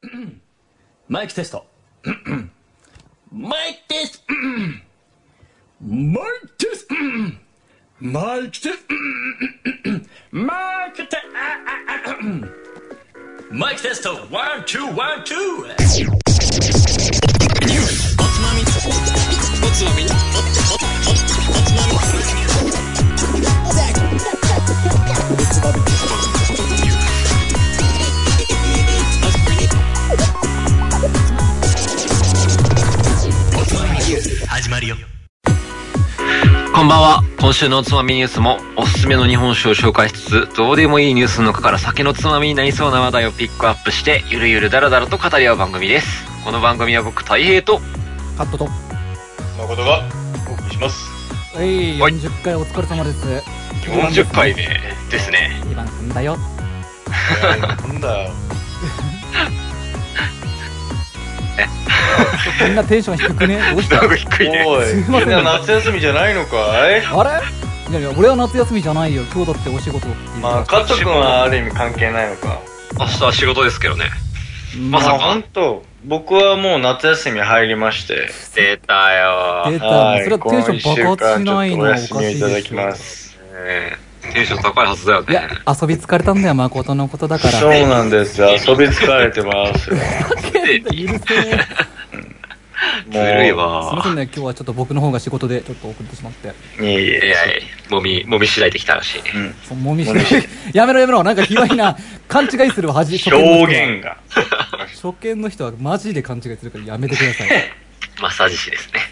マイクテスト。マイクテスト。マイクテスト。マイクテスト。マイクテスト。マイクテスト。ワン、ツー、ワン、ツー。ニュース。おつまみ。おつまみ。始まるよ。 こんばんは。今週のおつまみニュースもおすすめの日本酒を紹介しつつ、どうでもいいニュースの中から酒のつまみになりそうな話題をピックアップしてゆるゆるだらだらと語り合う番組です。この番組は僕たい平とカットと誠がお送りします。 はい、40回お疲れ様です。 40回目ですね。 2番組だよ。 なんだよ。 みんなテンション低くね。どうした？ 低いね。 おい、 すいませんみんな夏休みじゃないのかい？ あれ？いやいや、俺は夏休みじゃないよ。今日だってお仕事っていう。 まあ、カット君はある意味関係ないのか。 明日は仕事ですけどね。 まあまさか本当、僕はもう夏休み入りまして。 出たよ出た。 はい、 それはテンション爆発しないのはおかしい今週間ちょっとお休みをいただきでしょ。 ます。 テンション高いはずだよいや、 ね。 遊び疲れたんだよ、誠のことだから。 そうなんですよ。遊び疲れてますよ。 許せねもずるいえ。 わ。 すいませんね、今日はちょっと僕の方が仕事でちょっと遅れてしまって。 いえいえ。 いやいや、もみしだいできたらしい。 うん。 そう、もみして。やめろ、なんかひどいな。勘違いするわ、初見の人は表現が。 初見の人はマジで勘違いするからやめてください。 マッサージ師ですね。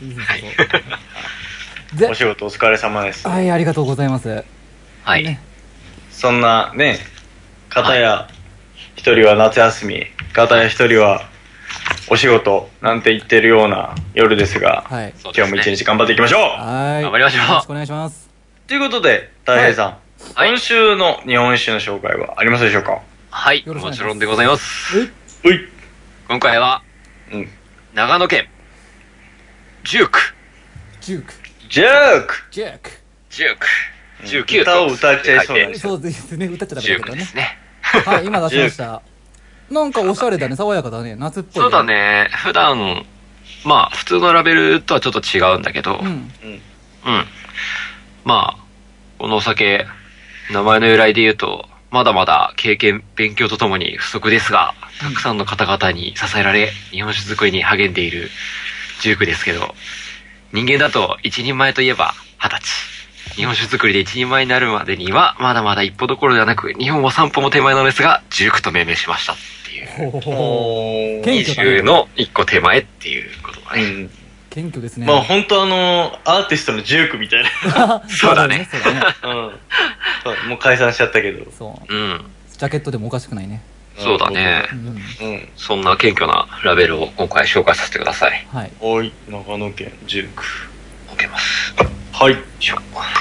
でお仕事お疲れ様です。 はい、ありがとうございます。 はい。 ね、 そんなね、片や一人は夏休み、片や一人はお仕事なんて言ってるような夜ですが、 はい。 そうですね今日も一日頑張っていきましょう。 はい。 頑張りましょうよろしくお願いします。 ということで、大平さん、 はい今週の日本酒の紹介はありますでしょうか？ はい。 よろしくお願いしますもちろんでございます。 えうい。 今回は、 うん。 長野県、ジューク、 ジューク。 ジャーク。 ジューク。 ジューク、19 歌を歌っちゃいそうな書てそうですね、歌っちゃダメジューだけどね。 クですね。 はい、今出しました。なんかおしゃれだね、爽やかだね、夏っぽい。 そうだ。ね。普段、まあ、普通のラベルとはちょっと違うんだけど、 うん。 うん。まあ、このお酒、名前の由来で言うと、まだまだ経験、勉強とともに不足ですが、たくさんの方々に支えられ、日本酒作りに励んでいるジュークですけど、人間だと一人前といえば20歳。日本酒作りで一人前になるまでには、まだまだ一歩どころではなく、2本も3歩も手前なのですが、ジュークと命名しましたっていう。 ほほほ。 おー。 謙虚だね 20の1個手前っていうことだね。 うん。 謙虚ですね。 まあ本当アーティストのジュークみたいな。 そうだねそうだね。 うん。そうもう解散しちゃったけど。 そう。 うん。 ジャケットでもおかしくないね。 そうだねう。ん。 うん。 そんな謙虚なラベルを今回紹介させてください。 はい。 おい、長野県ジューク。 開けます。 はい。 しょ。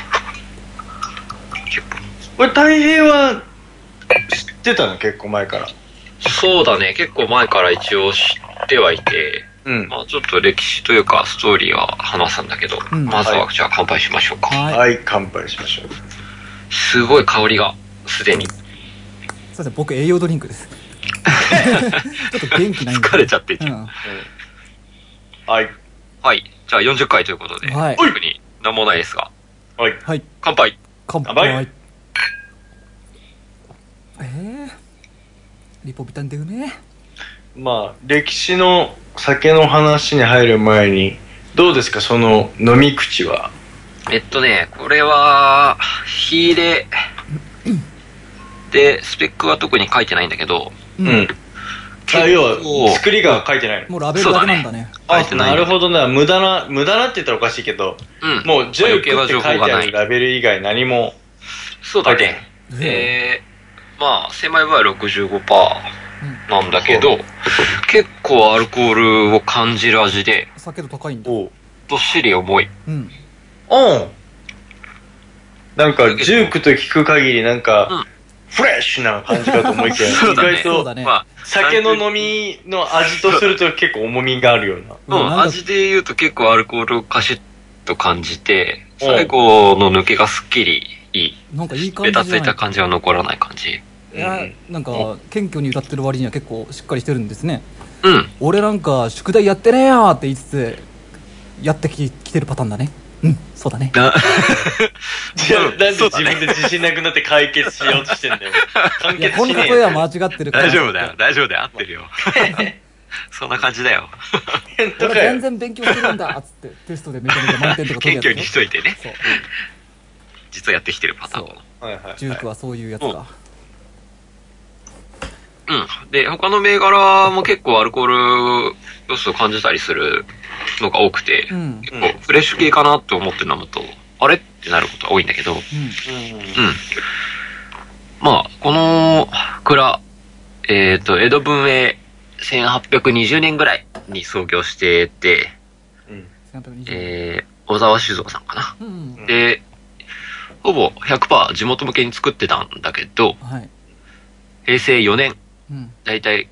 これ大平は知ってたの結構前から。 そうだね。結構前から一応知ってはいて、 うん。 まあちょっと歴史というかストーリーは話すんだけど、 うんまずはじゃあ乾杯しましょうか。 はい。 はい、乾杯しましょう。 すごい香りが、すでに。 すいません、僕栄養ドリンクです。ちょっと元気ないんで。 疲れちゃってんじゃんうん。 はい。 はい。じゃあ40回ということで、 はい特になんもないですが、 はい。 はい。 乾杯。 乾乾杯杯。リポビタンでうめえ。 まあ、歴史の酒の話に入る前に、どうですか、その飲み口は。 これは、火入れで、スペックは特に書いてないんだけど、 ううん。あ、要は、作りが書いてないの。 もうラベルだけなんだね。 書いてない。 なるほどな。無駄なって言ったらおかしいけど、 うん。 もう、ジュー余計なクって書い情報がない。 てあるラベル以外何もそうだ書いてないね。まあ、狭い場合は 65% なんだけど、結構アルコールを感じる味で、 酒度高いんだ。 おう。 どっしり重い。 うん。 なんか、ジュークと聞く限り、なんか、 うんフレッシュな感じかと思いきや、 そうだね意外とそうだね。 まあ、 酒の飲みの味とすると結構重みがあるような。 味で言うと結構アルコールをカシッと感じて、 うん最後の抜けがすっきりいい。 なんかいい感ベタつじじゃないいた感じは残らない感じ。 いや、なんか謙虚に歌ってる割には結構しっかりしてるんですね。 うん。 俺なんか宿題やってねえよって言いつつやってきてるパターンだね。そうだね。 いや、なんで自分で自信なくなって解決しようとしてんだよ。完いや、こ結しねえの例えは間違ってるから。 大丈夫だよ、大丈夫だよ、合ってるよ。そんな感じだよ。 俺全然勉強してるんだっつってテストでめちゃめちゃ満点とか取るやつ。 謙虚にしといてね。 そう。 実はやってきてるパターンを。 はいはいはい。 ジュークはそういうやつだ。 うん。で、他の銘柄も結構アルコール要素を感じたりするのが多くて、 うん結構フレッシュ系かなって思って飲むと、あれってなることが多いんだけど、まあ、この蔵、江戸文永1820年ぐらいに創業してて、小沢酒造さんかな。で、ほぼ 100% 地元向けに作ってたんだけど、 はい。 平成4年、 うん。 だいたい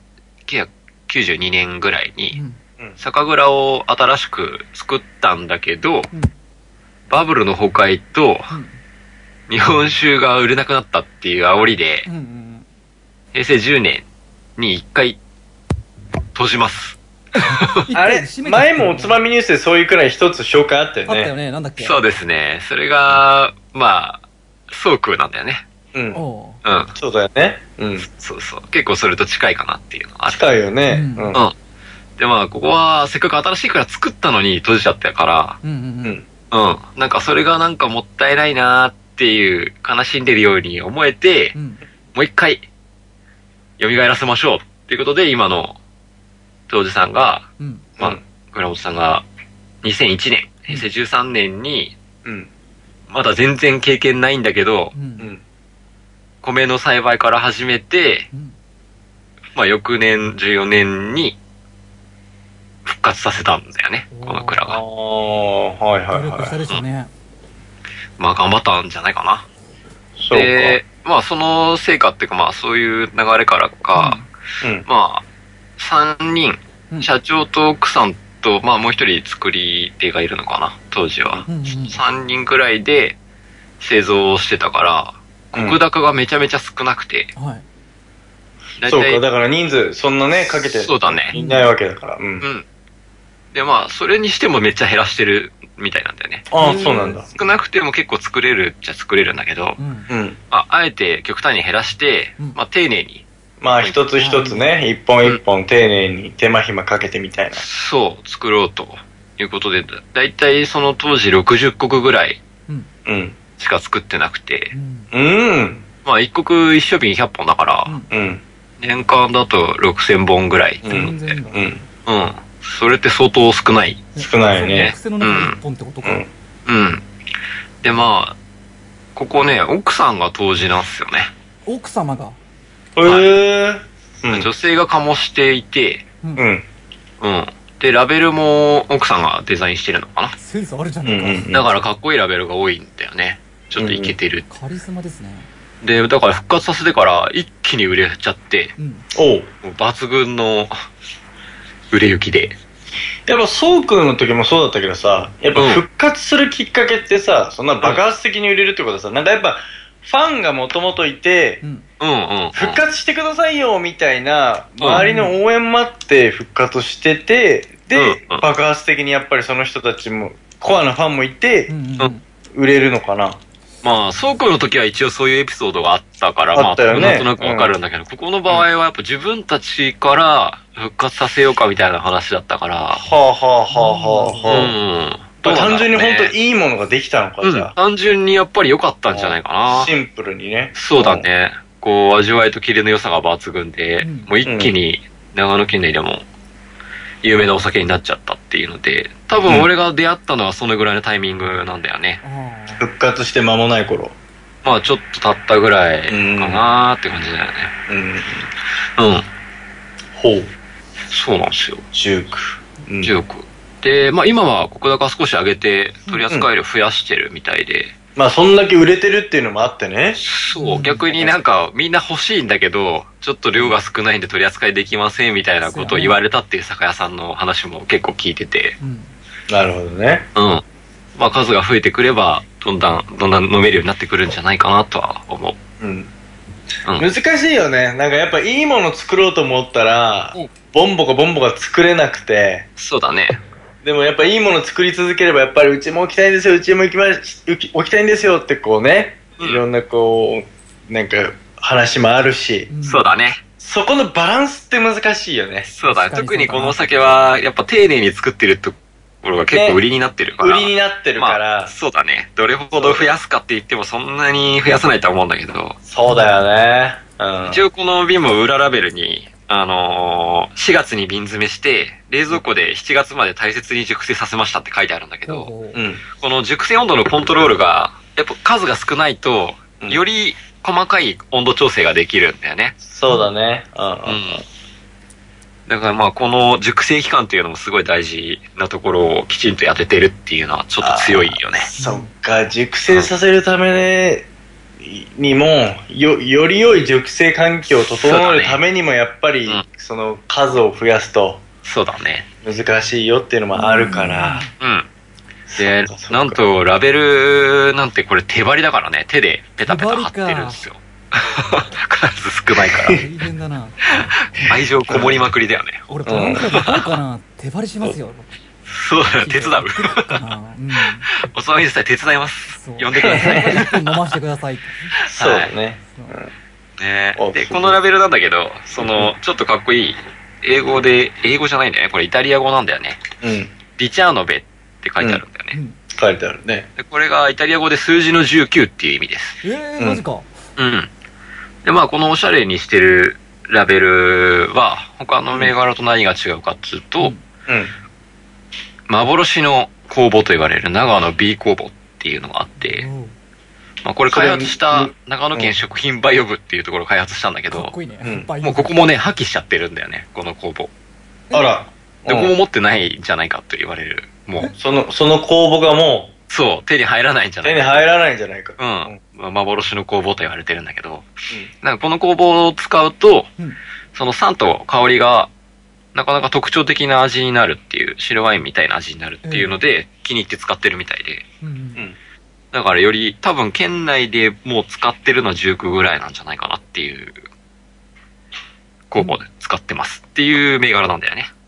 1992年ぐらいに、 うん。 酒蔵を新しく作ったんだけど、 うん。 バブルの崩壊と、日本酒が売れなくなったっていう煽りで、 うん。 平成10年に1回閉じます。 あれ前もおつまみニュースでそういうくらい一つ紹介あったよね。 あったよね。なんだっけ。 そうですね。それが、まあ、総空なんだよね。 うん。 おう。 うん。 そうだよね。うん。 そうそう。結構それと近いかなっていうのがある。 近いよね。 うんうん。 うん。で、まあ、ここはせっかく新しい蔵作ったのに閉じちゃったから、 うん。 うん。なんかそれがなんかもったいないなーっていう、悲しんでるように思えて、もう一回、蘇らせましょうっていうことで、今の、当時さんが、まあ、倉本さんが、2001年、平成13年に、まだ全然経験ないんだけど、米の栽培から始めて、まあ、翌年、14年に、復活させたんだよね、この蔵が。 はいはい努力したでしょうね。 まあ、頑張ったんじゃないかな。 そうか。 で、まあ、その成果っていうか、まあ、そういう流れからか、まあ、3人、社長と奥さんと、まあ、もう一人作り手がいるのかな、当時は。3人くらいで製造をしてたから、石高がめちゃめちゃ少なくて。 そうか、だから人数、そんなね、かけてそうだね。 いないわけだから。 で、まあ、それにしてもめっちゃ減らしてるみたいなんだよね。 ああ、そうなんだ。 少なくても結構作れるっちゃ作れるんだけど、あえて極端に減らして、まあ、丁寧に。 まあ、一つ一つね、一本一本丁寧に手間暇かけてみたいな。 そう、作ろうということで、だいたいその当時60石ぐらいしか作ってなくて、まあ、一石一升瓶100本だから、年間だと6000本ぐらい。それって相当少ない。 少ないよね。 6000の中で1本ってことか。 で、まあ、ここね、奥さんが杜氏なんですよね。 奥様が。 女性が醸していて、で、ラベルも奥さんがデザインしてるのかな。 センスあるじゃないか。 だからかっこいいラベルが多いんだよね。ちょっとイケてる。 カリスマですね。 で、だから復活させてから一気に売れちゃって、抜群の売れ行きで。 やっぱ、そうくんの時もそうだったけどさ、やっぱ復活するきっかけってさ、そんな爆発的に売れるってことはさ、なんかやっぱ、ファンがもともといて、復活してくださいよみたいな、周りの応援待って復活してて、で、爆発的にやっぱりその人たちも、コアなファンもいて、売れるのかな。 まあ、そうくんの時は一応そういうエピソードがあったから、まあ、なんとなくわかるんだけど、ここの場合はやっぱ自分たちから復活させようかみたいな話だったから。 単純に本当にいいものができたのか、じゃあ。 単純にやっぱり良かったんじゃないかな。 シンプルにね。 そうだね。こう、味わいとキレの良さが抜群で、もう一気に長野県内でも有名なお酒になっちゃったっていうので、多分俺が出会ったのはそのぐらいのタイミングなんだよね。 復活して間もない頃。 まあちょっと経ったぐらいかなーって感じだよね。 ほう。 そうなんですよ。 19。 で、まあ今は石高少し上げて取り扱い量増やしてるみたいで。 まあそんだけ売れてるっていうのもあってね。 そう、逆になんかみんな欲しいんだけど、ちょっと量が少ないんで取り扱いできませんみたいなことを言われたっていう酒屋さんの話も結構聞いてて。 なるほどね。 まあ数が増えてくれば、どんどん飲めるようになってくるんじゃないかなとは思う。 難しいよね。なんかやっぱいいもの作ろうと思ったら、ボンボコ作れなくて。 そうだね。 でもやっぱいいもの作り続ければ、やっぱりうちも置きたいんですよ、うちも置きたいんですよってこうね、いろんなこう、なんか話もあるし。 そうだね。 そこのバランスって難しいよね。 そうだね。特にこのお酒は、やっぱ丁寧に作ってるところが結構売りになってるから。 売りになってるから。 そうだね。どれほど増やすかって言ってもそんなに増やさないとは思うんだけど。 そうだよね。 一応この瓶も裏ラベルに、4月に瓶詰めして、冷蔵庫で7月まで大切に熟成させましたって書いてあるんだけど、この熟成温度のコントロールが、やっぱ数が少ないと、より細かい温度調整ができるんだよね。 そうだね。 だからまあこの熟成期間っていうのもすごい大事なところをきちんと当ててるっていうのはちょっと強いよね。 そっか、熟成させるためにも、より良い熟成環境を整えるためにもやっぱりその数を増やすと。 そうだね。 難しいよっていうのもあるから。 で、なんとラベルなんてこれ手張りだからね、手でペタペタ貼ってるんですよ。数少ないから。 大変だな。 愛情こもりまくりだよね。 俺、トランプでどうかな、手張りしますよ。 そうだよ、手伝う。おつまみでさえ手伝います。呼んでください。 飲ませてください。 そうだね。 で、このラベルなんだけど、ちょっとかっこいい、英語じゃないんだよね。これイタリア語なんだよね。リチャーノベって書いてあるんだよね。 書いてあるね。 これがイタリア語で数字の19っていう意味です。 マジか。 で、まあ、このおしゃれにしてるラベルは、他の銘柄と何が違うかっていうと、幻の酵母と言われる長野 B 酵母っていうのがあって、まあ、これ開発した長野県食品バイオ部っていうところを開発したんだけど、もうここもね、破棄しちゃってるんだよね、この酵母。 あら。 どこも持ってないんじゃないかと言われる。もう。 その酵母がもう、 そう、手に入らないんじゃないか。 手に入らないんじゃないか。 幻の酵母と言われてるんだけど、なんかこの酵母を使うと、その酸と香りがなかなか特徴的な味になるっていう、白ワインみたいな味になるっていうので、気に入って使ってるみたいで、だからより多分県内でもう使ってるのは19ぐらいなんじゃないかなっていう酵母で使ってますっていう銘柄なんだよね。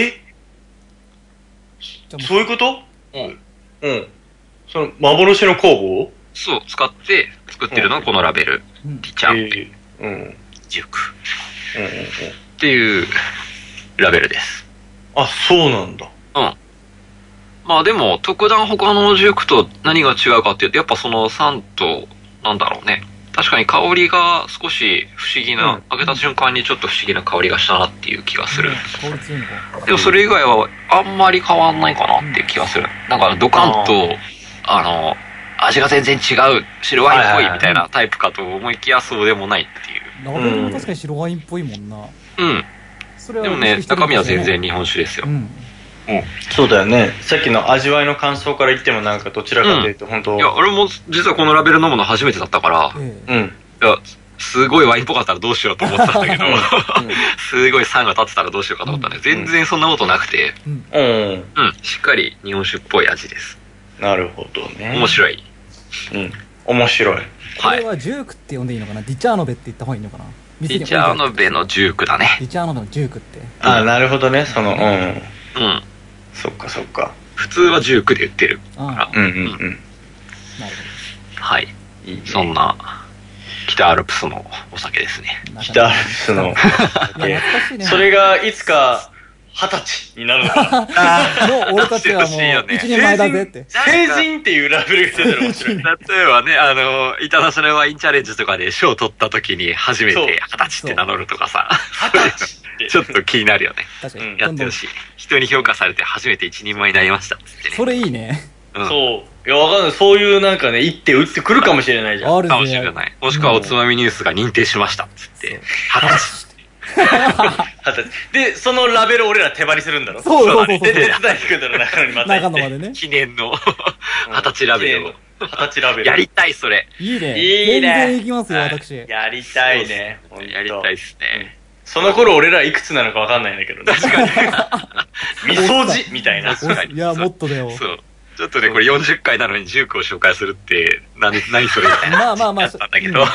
そういうこと？その幻の酵母を？ そう、使って作ってるのがこのラベル。リチャード塾。っていうラベルです。 あ、そうなんだ。 まあでも、特段他の塾と何が違うかっていうと、やっぱその酸と、なんだろうね。確かに香りが少し不思議な、開けた瞬間にちょっと不思議な香りがしたなっていう気がする。でもそれ以外はあんまり変わんないかなっていう気がする。だからドカンと、味が全然違う、白ワインっぽいみたいなタイプかと思いきやそうでもないっていう。 ラベルも確かに白ワインっぽいもんな。 でもね、中身は全然日本酒ですよ。 そうだよね。さっきの味わいの感想から言ってもなんかどちらかというと本当。 いや、俺も実はこのラベル飲むの初めてだったから、いや、すごいワインっぽかったらどうしようと思ってたんだけど、すごい酸が立ってたらどうしようかと思ったんで、全然そんなことなくて、しっかり日本酒っぽい味です。 なるほどね。 面白い。 面白い。 これはジュークって呼んでいいのかな？ディチャーノベって言った方がいいのかな？ ディチャーノベのジュークだね。 ディチャーノベのジュークって。 なるほどね。そっかそっか。 普通はジュークで売ってるから。 なるほど。 はい。そんな、北アルプスのお酒ですね。 北アルプスのお酒。それがいつか20歳になるのかな。 もう俺たちはもう1年前だぜって。 成人っていうラベルが出てる面白い。 例えばね、インターナショナルワインチャレンジとかで賞を取った時に初めて20歳って名乗るとかさ。20歳ってちょっと気になるよね。 確かに。 やってほしい。人に評価されて初めて一人前になりましたっつってね。 それいいね。 そう。いや、わかんない。そういうなんかね、一手打ってくるかもしれないじゃん。 かもしれない。もしくはおつまみニュースが認定しましたっつって。20歳。 で、そのラベル俺ら手張りするんだろ。 そう。 で、手伝いに来るんだろ、中野にまた。 中野までね。 記念の20歳ラベルを。 20歳ラベル。 やりたい、それ。 いいね。 いいね。 全然行きますよ、私。 やりたいね。 やりたいっすね。 その頃俺らいくつなのかわかんないんだけどね。確かに。みそじみたいな。 いや、もっとだよ。 そう。ちょっとね、これ40回なのに19を紹介するって、何それみたいな。 まあ。 だったんだけど。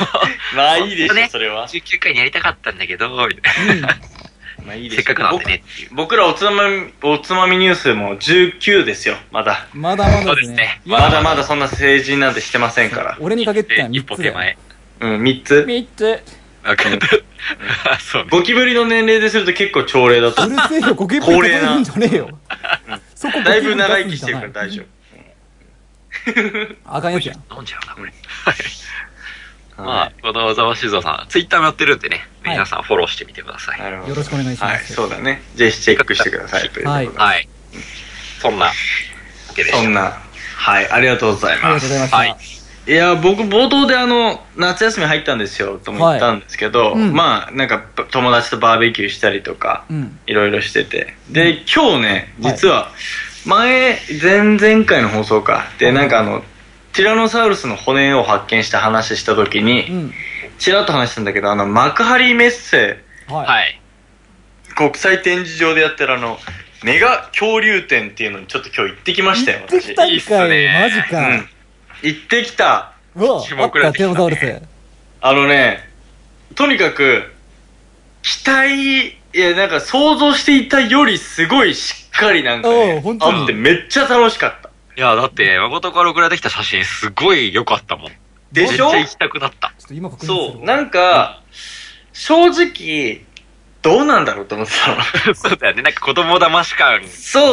まあいいでしょ、それは。 19回にやりたかったんだけど、みたいな。 まあいいでしょ。 せっかくなんでねっていう。 僕らおつまみニュースも19ですよ、まだ。 まだまだですね。 まだまだそんな成人なんてしてませんから。 俺にかけて一歩手前。 うん、3つ。 3つ。 そうね。 ゴキブリの年齢ですると結構高齢だと。 うるせえよ、ゴキブリ数えるんじゃねえよ。そこだいぶ長生きしてるから大丈夫。 あかんやつやん。 飲んじゃうな、これ。まあ、このざわしぞうさん、ツイッターもやってるんでね、皆さんフォローしてみてください。 よろしくお願いします。 はい、そうだね。ぜひチェックしてください。 はい。 はい。そんな、 そんな、はい、ありがとうございます。 ありがとうございました。はい。 いや、僕冒頭で夏休み入ったんですよ、とも言ったんですけど、まあ、なんか友達とバーベキューしたりとか、いろいろしてて。で、今日ね、実は、前々回の放送か。で、なんかティラノサウルスの骨を発見した話した時に、ちらっと話したんだけど、幕張メッセ、国際展示場でやってるメガ恐竜展っていうのにちょっと今日行ってきましたよ、 私。行ってきたんかい、マジか。 行ってきた。 うわ、あった、ティラノサウルス。 とにかく、なんか想像していたよりすごいしっかりなんかね、あってめっちゃ楽しかった。 いや、だって、誠から送られてきた写真すごい良かったもん。 でしょ？ めっちゃ行きたくなった。 そう、なんか、正直、どうなんだろうと思ってたの。そうだよね、なんか子供騙し感。 そう、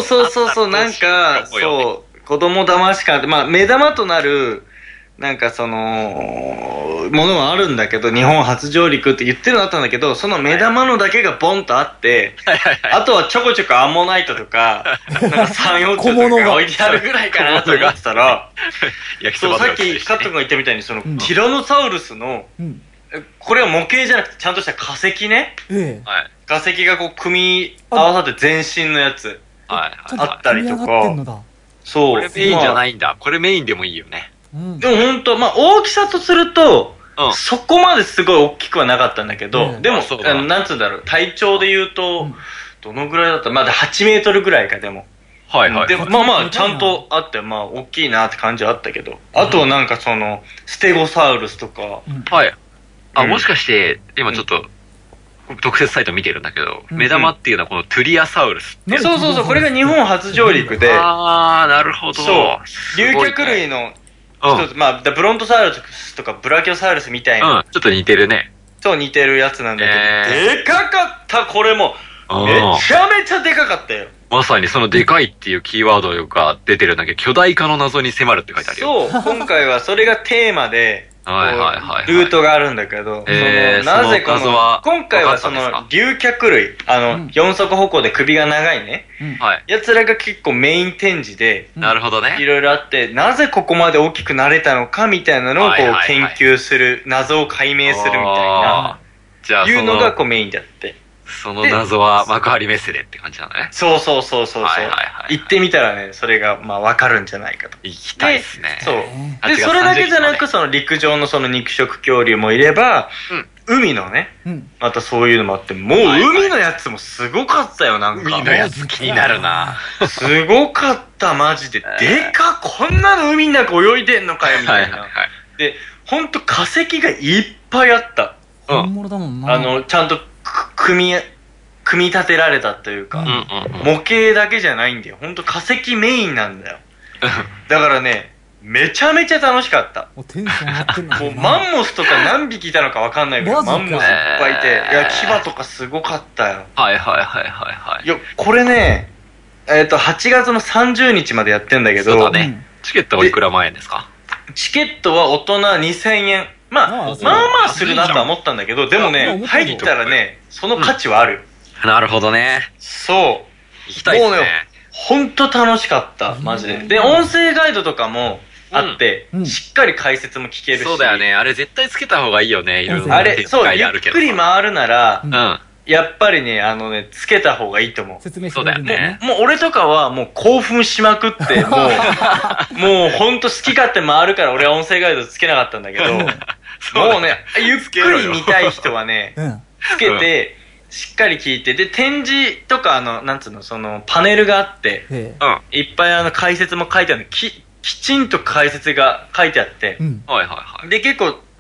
なんか、そう、子供騙し感って、まあ、目玉となる、なんかものはあるんだけど、日本初上陸って言ってるのあったんだけど、その目玉のだけがボンとあって、あとはちょこちょこアンモナイトとか、なんか3、4つとか置いてあるぐらいかなと思ってたら、そう、さっきカット君が言ったみたいに、ティラノサウルスの、これは模型じゃなくてちゃんとした化石ね。化石がこう組み合わさって全身のやつ、あったりとか。 そう。これメインじゃないんだ。これメインでもいいよね。 でも本当、まあ大きさとすると、そこまですごい大きくはなかったんだけど、でも、なんつうんだろう、体長で言うと、どのぐらいだったまだ8メートルぐらいか、でも。でも、まあちゃんとあって、まあ大きいなって感じはあったけど、あとなんかステゴサウルスとか。 もしかして、今ちょっと、特設サイト見てるんだけど、目玉っていうのはこのトゥリアサウルスっていう。 そう、これが日本初上陸で。 なるほど。 そう。竜脚類の、一つ、まあ、ブロントサウルスとかブラキオサウルスみたいな。 ちょっと似てるね。 そう、似てるやつなんだけど。でかかった、これも。めちゃめちゃでかかったよ。 まさにそのでかいっていうキーワードが出てるんだけど、巨大化の謎に迫るって書いてあるよ。 そう、今回はそれがテーマで、ルートがあるんだけど、なぜこの、今回は竜脚類、四足歩行で首が長いね、奴らが結構メイン展示で、 なるほどね。 いろいろあって、なぜここまで大きくなれたのかみたいなのをこう研究する、謎を解明するみたいな、いうのがこうメインであって。 その謎は幕張メッセでって感じなのね。 そう。行ってみたらね、それがまあ分かるんじゃないかと。 行きたいですね。 そう。で、それだけじゃなく、陸上の肉食恐竜もいれば、海のね、またそういうのもあって、もう海のやつもすごかったよ、なんか。 海のやつ気になるな。 すごかった、マジで。こんなの海の中泳いでんのかよ、みたいな。で、ほんと化石がいっぱいあった。 本物だもんな。 ちゃんと、組み立てられたというか、模型だけじゃないんだよ。ほんと化石メインなんだよ。だからね、めちゃめちゃ楽しかった。 テンション上がってんな。 もうマンモスとか何匹いたのかわかんないけど、マンモスいっぱいいて、いや、牙とかすごかったよ。いや、これね、8月の30日までやってんだけど、 そうだね。チケットはいくら万円ですか？ チケットは大人2000円。まあするなとは思ったんだけど、でもね、入ったらね、その価値はある。 なるほどね。 そう。 行きたいですね。 もうね、ほんと楽しかった、マジで。で、音声ガイドとかもあって、しっかり解説も聞けるし。 そうだよね。あれ絶対つけた方がいいよね。いろいろ。 あれ、そう、ゆっくり回るなら、やっぱりね、つけた方がいいと思う。 説明してくれるんだよね。 もう俺とかはもう興奮しまくって、もうほんと好き勝手回るから俺は音声ガイドつけなかったんだけど、もうね、ゆっくり見たい人はね、つけて、しっかり聞いて、で、展示とか、なんつうの、パネルがあって、いっぱい解説も書いてあるきちんと解説が書いてあって、で、結構、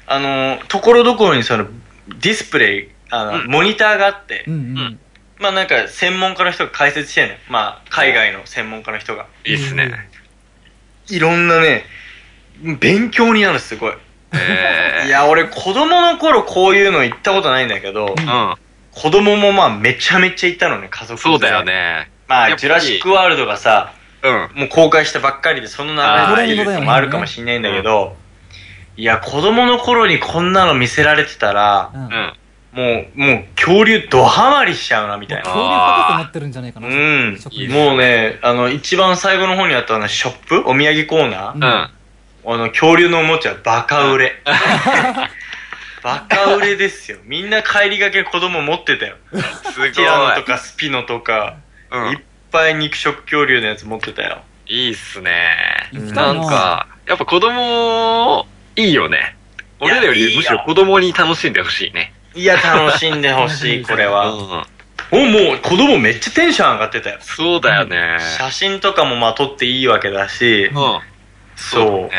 ところどころにその、ディスプレイ、モニターがあって、まあなんか専門家の人が解説してんのよ。まあ海外の専門家の人が。 いいっすね。 いろんなね、勉強になるすごい。いや、俺子供の頃こういうの行ったことないんだけど、子供もまあめちゃめちゃ行ったのね、家族で。 そうだよね。 まあ、ジュラシックワールドがさ、もう公開したばっかりで、その流れでもあるかもしんないんだけど、いや、子供の頃にこんなの見せられてたら、もう恐竜ドハマりしちゃうな、みたいな。 恐竜博士持ってるんじゃないかな。 もうね、一番最後の方にあったショップお土産コーナー恐竜のおもちゃバカ売れ。バカ売れですよ。みんな帰りがけ子供持ってたよ。 すごい。 ティラノとかスピノとか、いっぱい肉食恐竜のやつ持ってたよ。 いいっすね。なんか、やっぱ子供、いいよね。俺らよりむしろ子供に楽しんでほしいね。 いや、楽しんでほしい、これは。もう子供めっちゃテンション上がってたよ。 そうだよね。 写真とかもまあ撮っていいわけだし、そう。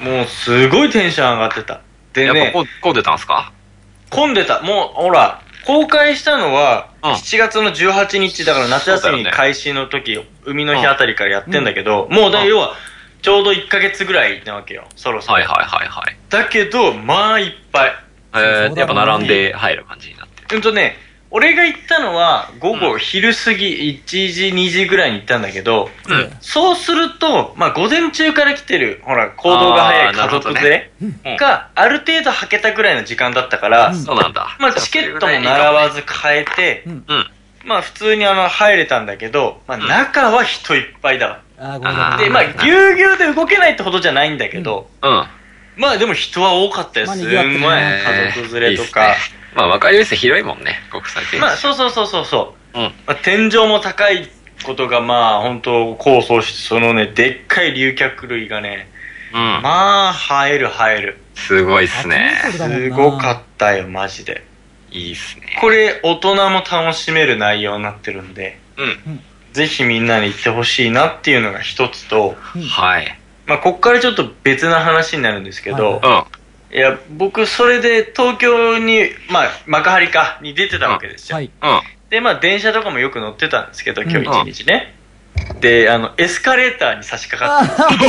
もうすごいテンション上がってた。でね。 やっぱ混んでたんすか？ 混んでた。もう、ほら、公開したのは、7月の18日、だから夏休み開始の時、海の日あたりからやってんだけど、もう要は、ちょうど1ヶ月ぐらいなわけよ、そろそろ。だけど、まあいっぱい。 やっぱ並んで入る感じになってる。 ね、俺が行ったのは、午後、昼過ぎ、1時、2時ぐらいに行ったんだけど、そうすると、まあ午前中から来てる、ほら、行動が早い家族連れが、ある程度履けたぐらいの時間だったから、 そうなんだ。 まあチケットも並ばず買えて、まあ普通に入れたんだけど、まあ中は人いっぱいだわ。で、まあぎゅうぎゅうで動けないってほどじゃないんだけど、まあでも人は多かったよ。すんごい。家族連れとか。 まあわかりやすい広いもんね、国際展示。 まあそう。まあ天井も高いことがまあ本当構想して、そのね、でっかい竜脚類がね、まあ映える。 すごいっすね。 すごかったよ、マジで。 いいっすね。 これ大人も楽しめる内容になってるんで、ぜひみんなに行ってほしいなっていうのが一つと、まあこっからちょっと別な話になるんですけど、いや僕それで東京にまあ幕張かに出てたわけですよ。でまあ電車とかもよく乗ってたんですけど、今日一日ね。でエスカレーターに差し掛かって。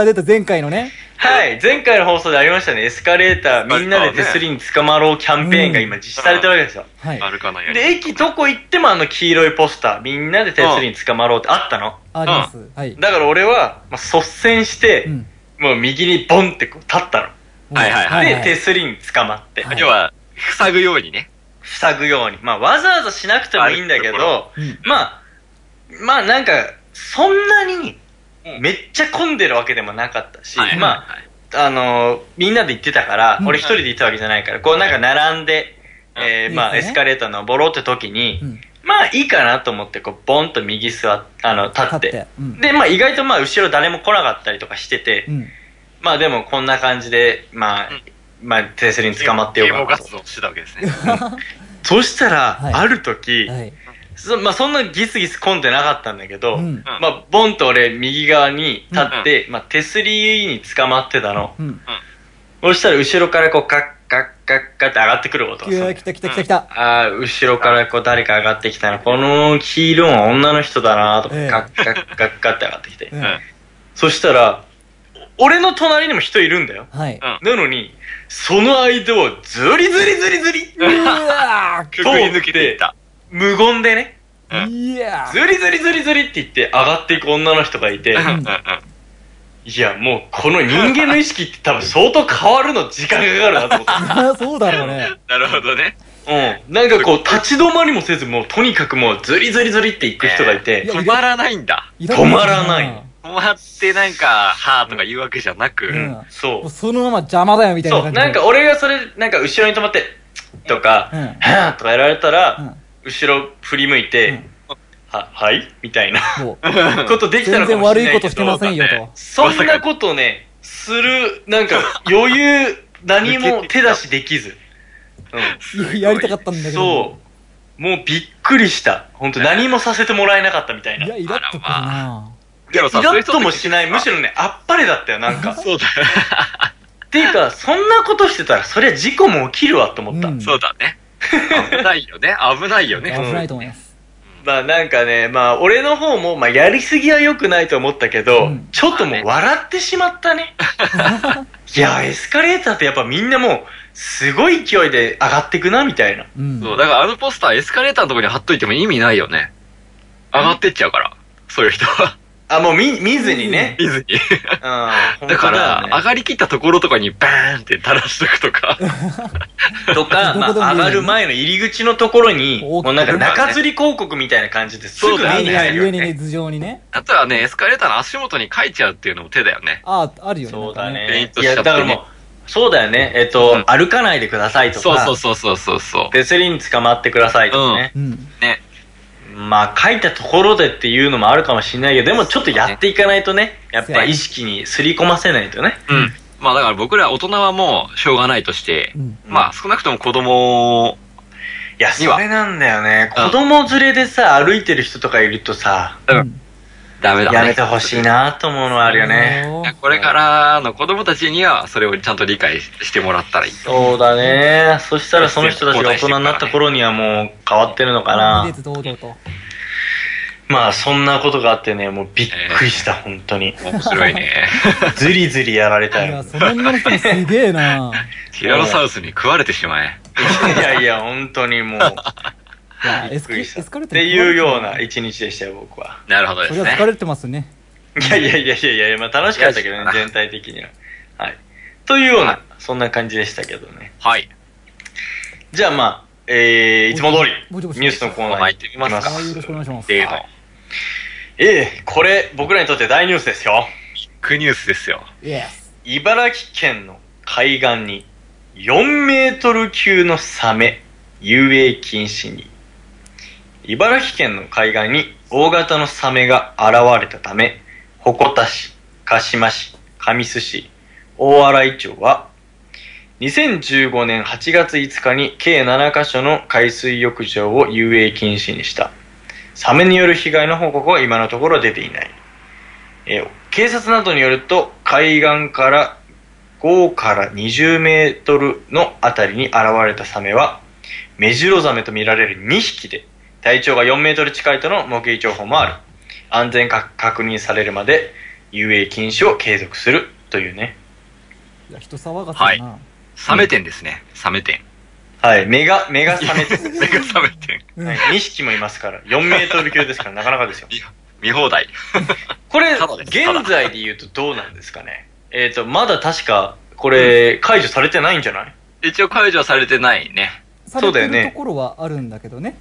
出た前回のね。 はい、前回の放送でありましたね。エスカレーターみんなで手すりに捕まろうキャンペーンが今実施されてるわけですよ。で駅どこ行っても黄色いポスター、みんなで手すりに捕まろうってあったの。 あります。 だから俺は率先してもう右にボンってこう立ったの。で手すりに捕まって、 要は塞ぐようにね。 塞ぐように。まあわざわざしなくてもいいんだけど、まあなんかそんなにめっちゃ混んでるわけでもなかったし、まあみんなで行ってたから、俺一人で行ったわけじゃないから、こうなんか並んでまあエスカレーター登ろうって時に、まあいいかなと思ってこうボンと右立って、でまあ意外とまあ後ろ誰も来なかったりとかしてて、まあでもこんな感じでまあ手すりに捕まってよかったと。 活動してたわけですね。 そしたらある時、まあそんなギスギス混んでなかったんだけど、まあボンと俺右側に立って、まあ手すりに捕まってたの。そしたら後ろからこうカッカッカッカッって上がってくる音がする。 来た。 後ろからこう誰か上がってきたら、この黄色は女の人だなとか、カッカッカッカッって上がってきて。そしたら、俺の隣にも人いるんだよ。なのに、その間をズリズリ通って、無言でね、ズリズリって言って上がっていく女の人がいて、いやもうこの人間の意識って多分相当変わるの時間がかかるなと思って。 そうだろうね。 なるほどね。 なんかこう立ち止まりもせず、もうとにかくもうズリって行く人がいて、 止まらないんだ。 止まらない。 止まってなんか、はーとか言うわけじゃなく、 そう。 そのまま邪魔だよみたいな感じで。そう、なんか俺がそれ、なんか後ろに止まって、とか、はーとかやられたら、後ろ振り向いて、はいみたいなことできたのかもしれない。全然悪いことしてませんよと。 そんなことね、する、なんか余裕、何も手出しできず。 やりたかったんだけど。 そう。もうびっくりした。本当何もさせてもらえなかったみたいな。 いや、イラッとくるな。 イラッともしない。むしろね、あっぱれだったよ、なんか。 そうだよ。 っていうか、そんなことしてたら、そりゃ事故も起きるわと思った。 そうだね。危ないよね。危ないよね。 危ないと思います。 まあなんかね、まあ俺の方も、まあやりすぎは良くないと思ったけど、ちょっともう笑ってしまったね。いや、エスカレーターってやっぱみんなもう、すごい勢いで上がってくな、みたいな。 そう、だからあのポスターエスカレーターのところに貼っといても意味ないよね。上がってっちゃうから、そういう人は。 あ、もう見ずにね。 見ずに。 だから、上がりきったところとかにバーンって垂らしとくとか。 とか、まあ、上がる前の入り口のところに、もうなんか中吊り広告みたいな感じですぐ目に入るよね。 上にね、頭上にね。 あとはね、エスカレーターの足元に書いちゃうっていうのも手だよね。 あるよね。 そうだね。いや、だからもう、そうだよね。歩かないでくださいとか。 そう。 手すりに捕まってくださいとかね。ね。まあ、書いたところでっていうのもあるかもしれないけど、でもちょっとやっていかないとね、やっぱ意識にすり込ませないとね。 まあだから僕ら大人はもうしょうがないとして、まあ少なくとも子供いや、それなんだよね。子供連れでさ、歩いてる人とかいるとさ、 ダメだね。 やめてほしいなと思うのはあるよね。 これからの子供たちにはそれをちゃんと理解してもらったらいい。 そうだね。そしたらその人たちが大人になった頃にはもう変わってるのかな。まあそんなことがあってね、もうびっくりした、本当に。 面白いね。 ずりずりやられたよ。 いや、その女の人もすげえな。 ティラノサウルスに食われてしまえ。 いや、本当にもう。 エスカレーターっていうような一日でしたよ、僕は。 なるほどですね。 それは疲れてますね。 いや、まあ楽しかったけどね、全体的には。はい。というような、そんな感じでしたけどね。 はい。 じゃあまあ、いつも通り、ニュースのコーナーに行ってみますか。 よろしくお願いします。 これ、僕らにとって大ニュースですよ。 ビッグニュースですよ。 茨城県の海岸に、4メートル級のサメ、遊泳禁止に。茨城県の海岸に大型のサメが現れたため、鉾田市、鹿島市、神栖市、大洗町は、2015年8月5日に計7カ所の海水浴場を遊泳禁止にした。サメによる被害の報告は今のところ出ていない。警察などによると、海岸から5から20メートルのあたりに現れたサメは、メジロザメとみられる2匹で、体長が4メートル近いとの目撃情報もある。安全が確認されるまで遊泳禁止を継続するというね。 いや、人騒がせだな。はい。 サメ店ですね。サメ店。 はい。メガサメ店。 メガサメ店。 はい。2匹もいますから。4メートル級ですからなかなかですよ。 見放題。 これ、現在で言うとどうなんですかね。まだ確か、これ、解除されてないんじゃない？ 一応解除はされてないね。 そうだよね。されてるところはあるんだけどね。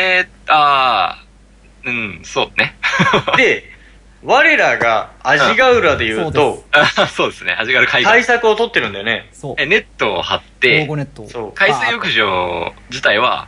そうね。 で、我らが味ヶ浦で言うと、 そうですね、味ヶ浦海岸。 対策を取ってるんだよね。 そう。ネットを張って、海水浴場自体は、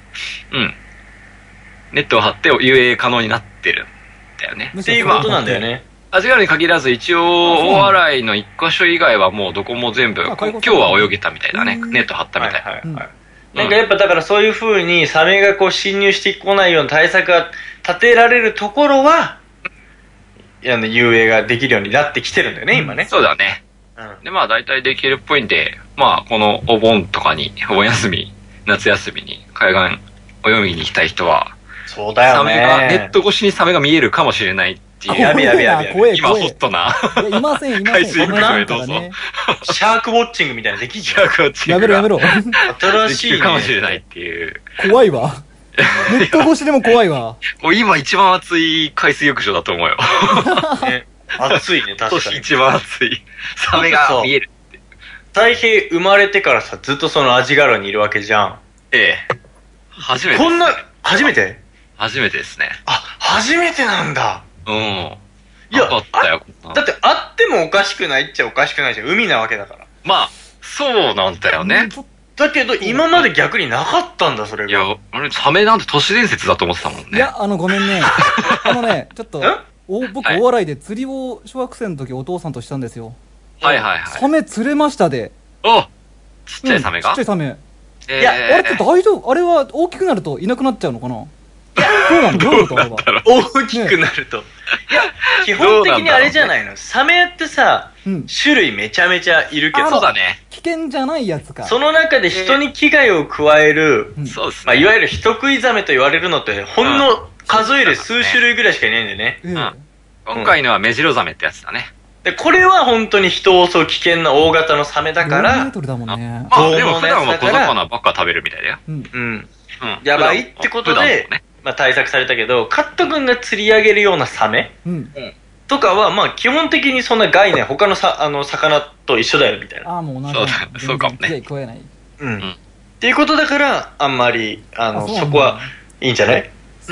ネットを張って遊泳可能になってるんだよね。 っていうことなんだよね。 味ヶ浦に限らず一応、大洗の一箇所以外はもうどこも全部、今日は泳げたみたいだね。ネット張ったみたい。 なんかやっぱだからそういう風にサメがこう侵入してこないような対策が立てられるところは、遊泳ができるようになってきてるんだよね、今ね。 そうだね。で、まあ大体できるっぽいんで、まあこのお盆とかに、お盆休み、夏休みに海岸泳ぎに行きたい人は、 そうだよね。 ネット越しにサメが見えるかもしれないっていう。 やべ。 今ホットな。 いません。 海水浴場へどうぞ。 シャークウォッチングみたいなできんじゃん。 シャークウォッチング。 やめろ。 新しい。 かもしれないっていう。 怖いわ。ネット越しでも怖いわ。 今一番暑い海水浴場だと思うよ。 暑いね、確かに。 一番暑い。サメが見えるって。 太平生まれてからさ、ずっとその味ヶ浦にいるわけじゃん。 初めて。 こんな、初めて？ 初めてですね。 初めてなんだ。 いや、 だってあってもおかしくないっちゃおかしくないじゃん。海なわけだから。 まあ、そうなんだよね。 だけど、今まで逆になかったんだ、それが。 いや、サメなんて都市伝説だと思ってたもんね。 いや、ごめんね。ちょっと、僕、大洗で釣りを小学生の時お父さんとしたんですよ。サメ釣れましたで。 ちっちゃいサメが？ ちっちゃいサメ。いや、あれって大丈夫？あれは大きくなるといなくなっちゃうのかな？そうなの？どういうこと？ 大きくなると。 基本的にあれじゃないの。サメってさ、種類めちゃめちゃいるけど。 そうだね。 危険じゃないやつか。 その中で人に危害を加える、 そうですね。 まあ、いわゆる人食いザメと言われるのって、ほんの数える数種類ぐらいしかいないんだよね。 今回のはメジロザメってやつだね。 で、これは本当に人を襲う危険な大型のサメだから、 4メートルだもんね。 まあ、でも普段は小魚ばっか食べるみたいだよ。やばいってことで、まあ対策されたけど、カット君が釣り上げるようなサメとかは、まあ基本的にそんな概念、他の魚と一緒だよみたいな。 ああ、もう同じ。 そうかもね。 食えない。 っていうことだから、あんまり、そこはいいんじゃない？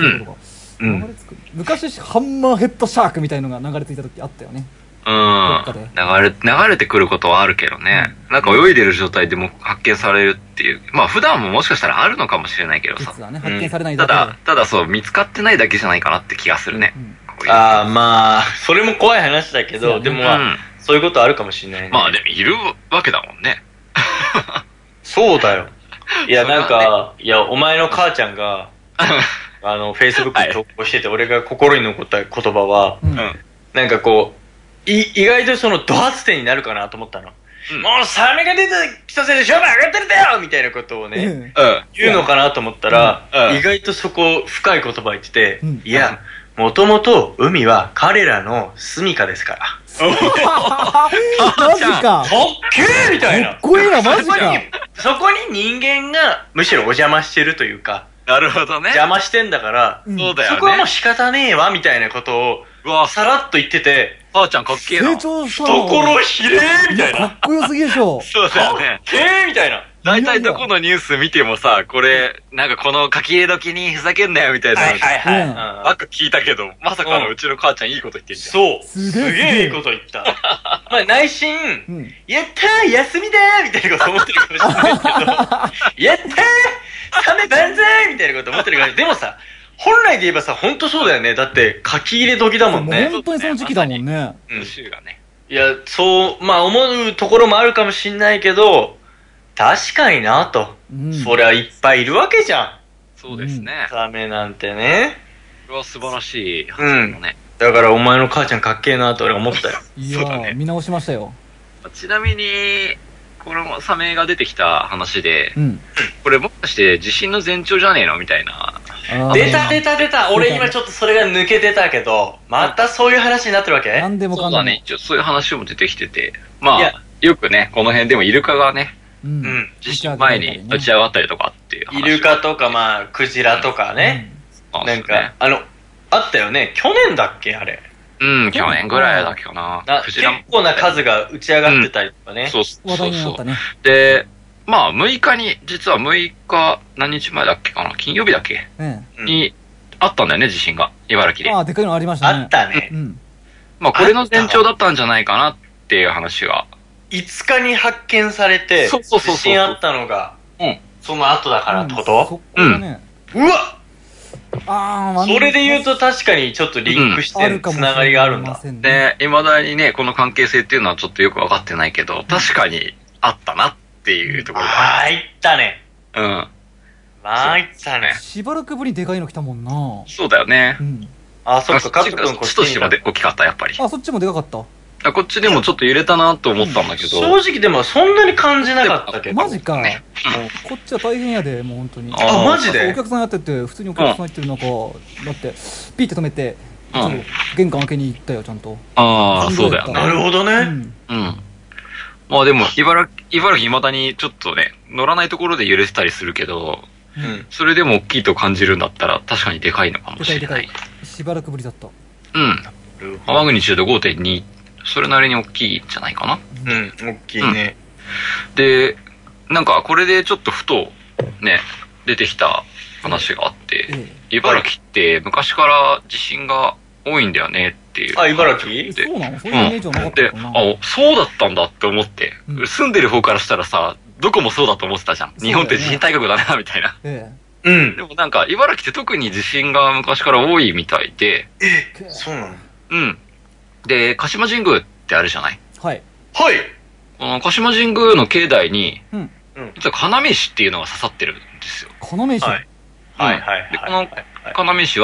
昔、ハンマーヘッドシャークみたいのが流れ着いた時あったよね。 流れてくることはあるけどね。なんか泳いでる状態でも発見されるっていう。まあ普段ももしかしたらあるのかもしれないけどさ。 実はね、発見されないだけで。 ただそう、見つかってないだけじゃないかなって気がするね。 ああ、まあ、それも怖い話だけど、でもまあ、そういうことあるかもしれないね。 まあでもいるわけだもんね。 そうだよ。いや、なんか、いや、お前の母ちゃんが、Facebook に投稿してて、俺が心に残った言葉は、なんかこう、意外とそのド発点になるかなと思ったの。もうサメが出てきたせいで勝負上がってるんだよみたいなことをね、言うのかなと思ったら、意外とそこ深い言葉言ってて、いや、もともと海は彼らの住処ですから。 マジか。 かっけーみたいな。 かっこいいな、マジか。 そこに人間がむしろお邪魔してるというか、 なるほどね。 邪魔してんだから、 そうだよね。 そこはもう仕方ねえわみたいなことを、さらっと言ってて、 母ちゃんかっけえな。 成長したの。 懐ひれーみたいな。 かっこよすぎでしょ。 そうだよね。 かっけーみたいな。 大体どこのニュース見てもさ、これ、なんかこの書き入れ時にふざけんなよみたいな。ばっか聞いたけど、まさかのうちの母ちゃんいいこと言ってんじゃん。 そう。すげえいいこと言った。まあ内心、やったー休みだーみたいなこと思ってるかもしれないけど、やったーサメ万歳みたいなこと思ってるから、でもさ、本来で言えばさ、ほんとそうだよね。だって、書き入れ時だもんね。 本当にその時期だもんね。 週がね。 いや、そう、まあ思うところもあるかもしんないけど、確かになと。そりゃいっぱいいるわけじゃん。 そうですね。 サメなんてね。 これは素晴らしい発言だね。 だからお前の母ちゃんかっけえなと俺思ったよ。 いやー、見直しましたよ。 ちなみに、このサメが出てきた話で、これもしかして地震の前兆じゃねえのみたいな。 出た俺今ちょっとそれが抜けてたけど、またそういう話になってるわけ？ なんでもかんでも。 そうだね、一応そういう話も出てきてて、まあ、よくね、この辺でもイルカがね、地震前に打ち上がったりとかっていう話。 イルカとかまあ、クジラとかね。なんか、あったよね。去年だっけあれ。 去年ぐらいだっけかな。 結構な数が打ち上がってたりとかね。 そう話題になったね。 で、まあ6日に、実は6日、何日前だっけかな、金曜日だっけに、あったんだよね、地震が。茨城で。 ああ、でかいのありましたね。 あったね。 まあこれの前兆だったんじゃないかなっていう話が。 5日に発見されて、地震あったのが、その後だからってこと？うわそれで言うと確かにちょっとリンクしてるつながりがあるんだ。 で、未だにね、この関係性っていうのはちょっとよくわかってないけど、確かにあったなっていうところが。 参ったね。参ったね。 しばらくぶりにでかいの来たもんな。 そうだよね。 あ、そっか、カット君こっちとしては大きかった、やっぱり。 あ、そっちもでかかった。 こっちでもちょっと揺れたなと思ったんだけど。 正直でもそんなに感じなかったけど。 マジか。こっちは大変やで、もう本当に。 あ、マジで？ お客さんやってて、普通にお客さんやってる中、だって、ピッて止めて、玄関開けに行ったよ、ちゃんと。 ああ、そうだよね。 なるほどね。 まあでも、茨城未だにちょっとね、乗らないところで揺れてたりするけど、それでも大きいと感じるんだったら、確かにでかいのかもしれない。 しばらくぶりだった。 マグニチュード 5.2。それなりに大きいんじゃないかな。 大きいね。 で、なんかこれでちょっとふとね、出てきた話があって、茨城って昔から地震が多いんだよねっていう。 あ、茨城？ そうなの？そういうイメージはなかったかな。 そうだったんだって思って、住んでる方からしたらさ、どこもそうだと思ってたじゃん。日本って地震大国だな、みたいな。でもなんか茨城って特に地震が昔から多いみたいで。 そうなの？ で、鹿島神宮ってあるじゃない？ はい。 はい。 この鹿島神宮の境内に、実は要石っていうのが刺さってるんですよ。 要石？ で、この要石は、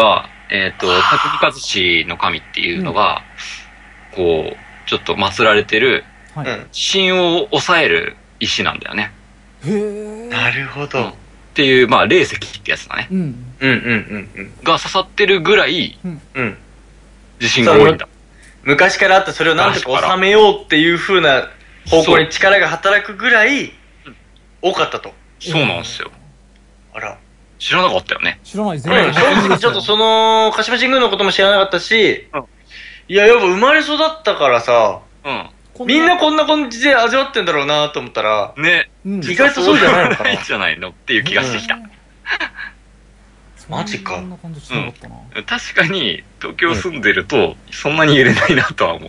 匠和志の神っていうのが、こう、ちょっと祀られてる、地震を抑える石なんだよね。 へぇなるほど。 っていう、まあ、霊石ってやつだね。が刺さってるぐらい、地震が多いんだ。 昔からあったそれをなんとか収めようっていう風な方向に力が働くぐらい多かったと。 そうなんですよ。 あら。 知らなかったよね。 知らないですね。正直ちょっとその、鹿島神宮のことも知らなかったし、いや、やっぱ生まれ育ったからさ、みんなこんな感じで味わってんだろうなと思ったら、 ね、 意外とそうじゃないのかな。 じゃないのっていう気がしてきた。 マジか。 確かに、東京住んでると、そんなに揺れないなとは思う。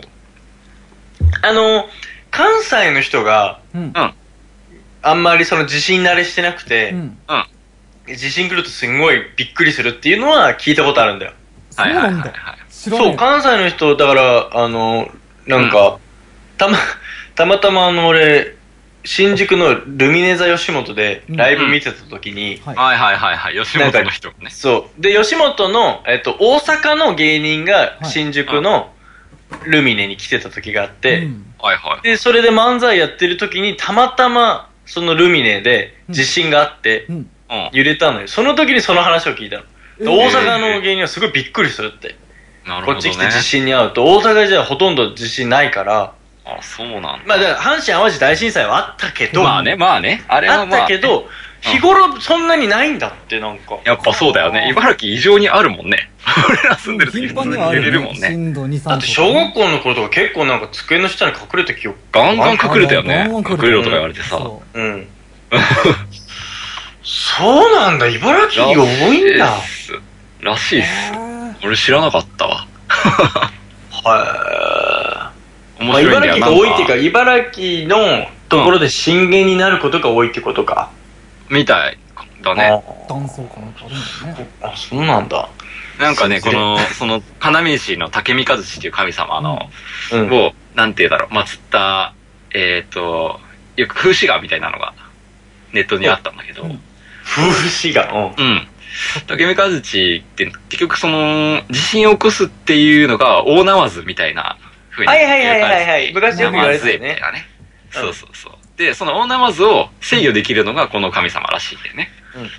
関西の人が、あんまりその地震慣れしてなくて、地震来るとすんごいびっくりするっていうのは聞いたことあるんだよ。 そうなんだ。 そう、関西の人、だから、なんか、たまたま俺、新宿のルミネ座吉本でライブ見てた時に、 吉本の人ね。 そう。で、吉本の、大阪の芸人が新宿のルミネに来てた時があって、で、それで漫才やってる時にたまたまそのルミネで地震があって、揺れたのよ。その時にその話を聞いたの。大阪の芸人はすごいびっくりするって。こっち来て地震に遭うと、大阪じゃほとんど地震ないから、 あ、そうなんだ。 まあ、だから阪神淡路大震災はあったけど、 まあね。あれはあったけど、日頃そんなにないんだって、なんか。 やっぱそうだよね。茨城異常にあるもんね。俺ら住んでる時頻繁にはあるもんね。 だって小学校の頃とか結構なんか机の下に隠れた記憶。 ガンガン隠れたよね。隠れろとか言われてさ。 そうなんだ、茨城が多いんだ。 らしいっす。俺知らなかったわ。 まあ、茨城が多いっていうか、茨城のところで震源になることが多いってことか。 みたいだね。 断層かなんかあるんだね。 あ、そうなんだ。 なんかね、その、金見の武見和志っていう神様の、を、なんて言うだろう、祀った、よく風刺画みたいなのが、ネットにあったんだけど。 風刺画武見和志って、結局その、地震を起こすっていうのが、大ナマズみたいな風に。昔よく言われてたね。そう。で、その大ナマズを制御できるのがこの神様らしいんだよね。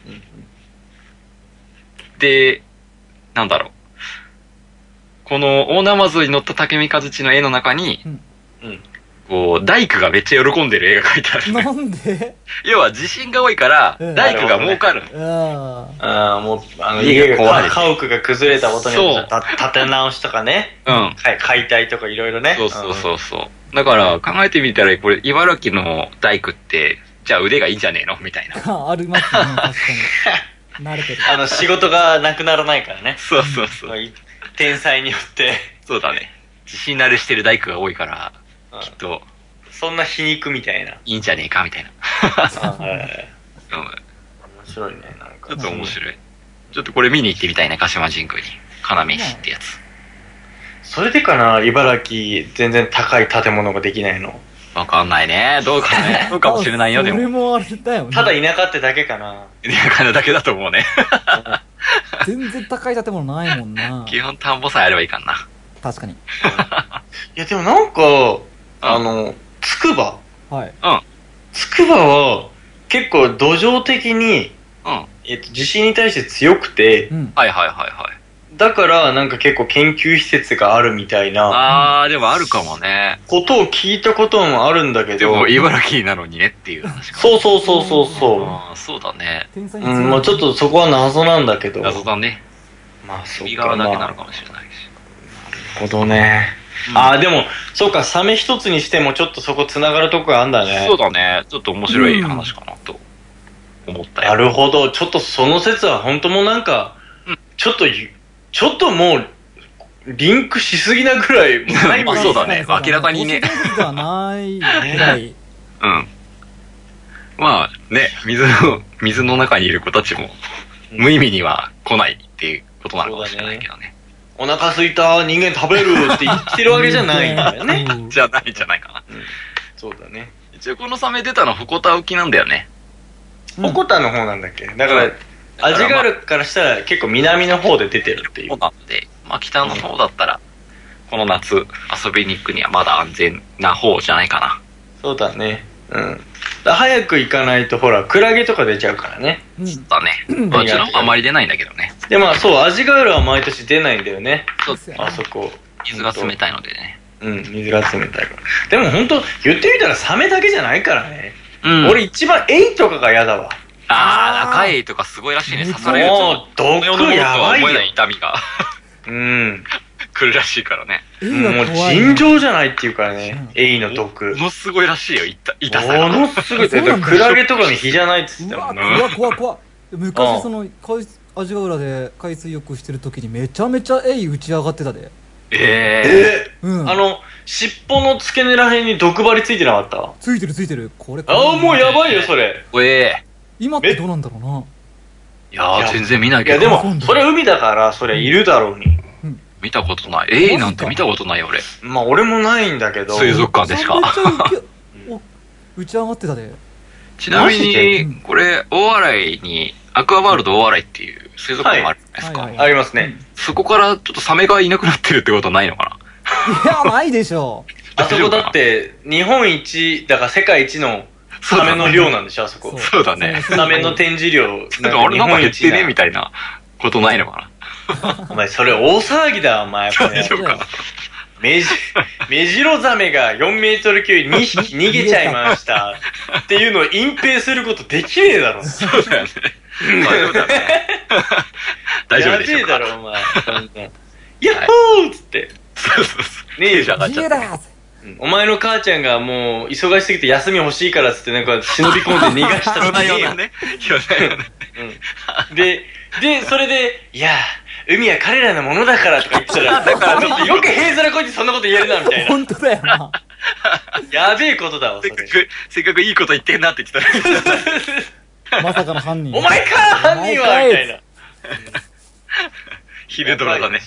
で、なんだろう。この大ナマズに乗った武見和志の絵の中に、こう、大工がめっちゃ喜んでる絵が描いてある。 なんで？ 要は地震が多いから、大工が儲かる。 もう、家が壊れて。家屋が崩れたことによって建て直しとかね。解体とかいろいろね。 そう。だから考えてみたら、これ、茨城の大工って、じゃあ腕がいいんじゃねえのみたいな。 ありますね、確かに。慣れてる。 仕事がなくならないからね。 そう。 天才によって。 そうだね。地震慣れしてる大工が多いから、きっと。 そんな皮肉みたいな。いいんじゃねえかみたいな。 面白いね、なんか。 ちょっと面白い。ちょっとこれ見に行ってみたいな、鹿島神宮に。要石ってやつ。 それでかな、茨城、全然高い建物ができないの。 わかんないね。どうかね。どうかもしれないよ、でも。 それもあれだよね。 ただ田舎ってだけかな。 田舎なだけだと思うね。 全然高い建物ないもんな。 基本田んぼさえあればいいかな。 確かに。 いや、でもなんか、つくば。つくばは、結構土壌的に、地震に対して強くて、だからなんか結構研究施設があるみたいな。 でもあるかもね。 ことを聞いたこともあるんだけど。 でも茨城なのにねっていう話か。 そう。 そうだね。 まあちょっとそこは謎なんだけど。 謎だね。 まあそうか。 右側だけなのかもしれないし。 なるほどね。でも、そうか、サメ一つにしてもちょっとそこ繋がるとこがあるんだね。 そうだね。ちょっと面白い話かなと思ったよ。 なるほど。ちょっとその説は本当もなんか、ちょっともう、リンクしすぎなぐらい、 まあそうだね。明らかにね。 ではないぐらい。 まあね、水の中にいる子たちも、無意味には来ないっていうことなのかもしれないけどね。 お腹すいた人間食べるって言ってるわけじゃないんだよね。 じゃないんじゃないかな。 そうだね。 一応このサメ出たの鉾田沖なんだよね。 鉾田の方なんだっけ？だから、 味があるからしたら結構南の方で出てるっていう。 そうなんで、北の方だったら、この夏遊びに行くにはまだ安全な方じゃないかな。 そうだね。早く行かないとほら、クラゲとか出ちゃうからね。 そうだね。うちの方はあまり出ないんだけどね。 で、そう、味があるは毎年出ないんだよね。 そうですね。 あそこ。 水が冷たいのでね。 水が冷たいから。でも本当言ってみたらサメだけじゃないからね。俺一番エイとかが嫌だわ。 赤エイとかすごいらしいね。刺されると。 もう、毒やばいよ。 思えない痛みが。来るらしいからね。 もう尋常じゃないっていうからね。エイの毒。 ものすごいらしいよ、痛さが。 ものすごい。クラゲとかに比じゃないって言ってたもんね。 怖。昔味ヶ浦で海水浴してる時にめちゃめちゃエイ打ち上がってたで。 尻尾の付け根らへんに毒針ついてなかった？ ついてる。これ。 もうやばいよ、それ。 今ってどうなんだろうな。 いや全然見ないけど。 いや、でも、それ海だから、それいるだろうに。 見たことない。エイなんて見たことないよ、俺。 俺もないんだけど。 水族館でしか。 打ち上がってたで。 ちなみに、これ、大洗に、アクアワールド大洗っていう水族館があるじゃないですか。 ありますね。 そこからちょっとサメがいなくなってるってことはないのかな？いや、ないでしょ。 あそこだって、日本一、だから世界一のサメの量なんでしょ、あそこ。 そうだね。 サメの展示量。 なんか俺なんか減ってねみたいなことないのかな。お前、それ大騒ぎだ、お前。 大丈夫かな。 メジロザメが4メートル級2匹逃げちゃいました。っていうのを隠蔽することできねえだろ。 そうだよね。大丈夫だね。大丈夫でしょ。 やべえだろ、お前。ヤッホーっつって。 そう。 ねえじゃん。お前の母ちゃんがもう忙しすぎて休み欲しいからっつってなんか忍び込んで逃がしたとかね。 で、それで、いや、海は彼らのものだからとか言ってたら、だからちょっとよく平面こいてそんなこと言えるなみたいな。 本当だよな。 やべえことだわ、それ。 せっかくいいこと言ってんなって言ってたら。まさかの犯人。 お前か犯人はみたいな。 昼ドラだね。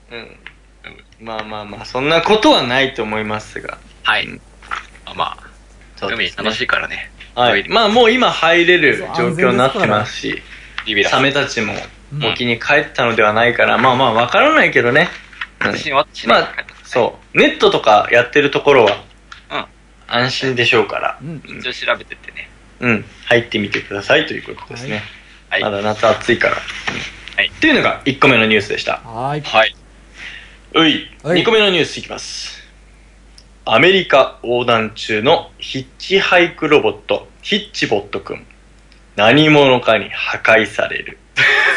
そんなことはないと思いますが。 はい。海楽しいからね。 はい。もう今入れる状況になってますし、サメたちも沖に帰ったのではないから、わからないけどね。そう。ネットとかやってるところは、安心でしょうから。 一応調べてってね。 入ってみてくださいということですね。まだ夏暑いから。っていうのが1個目のニュースでした。 はい。 2個目のニュースいきます。アメリカ横断中のヒッチハイクロボット、ヒッチボットくん。何者かに破壊される。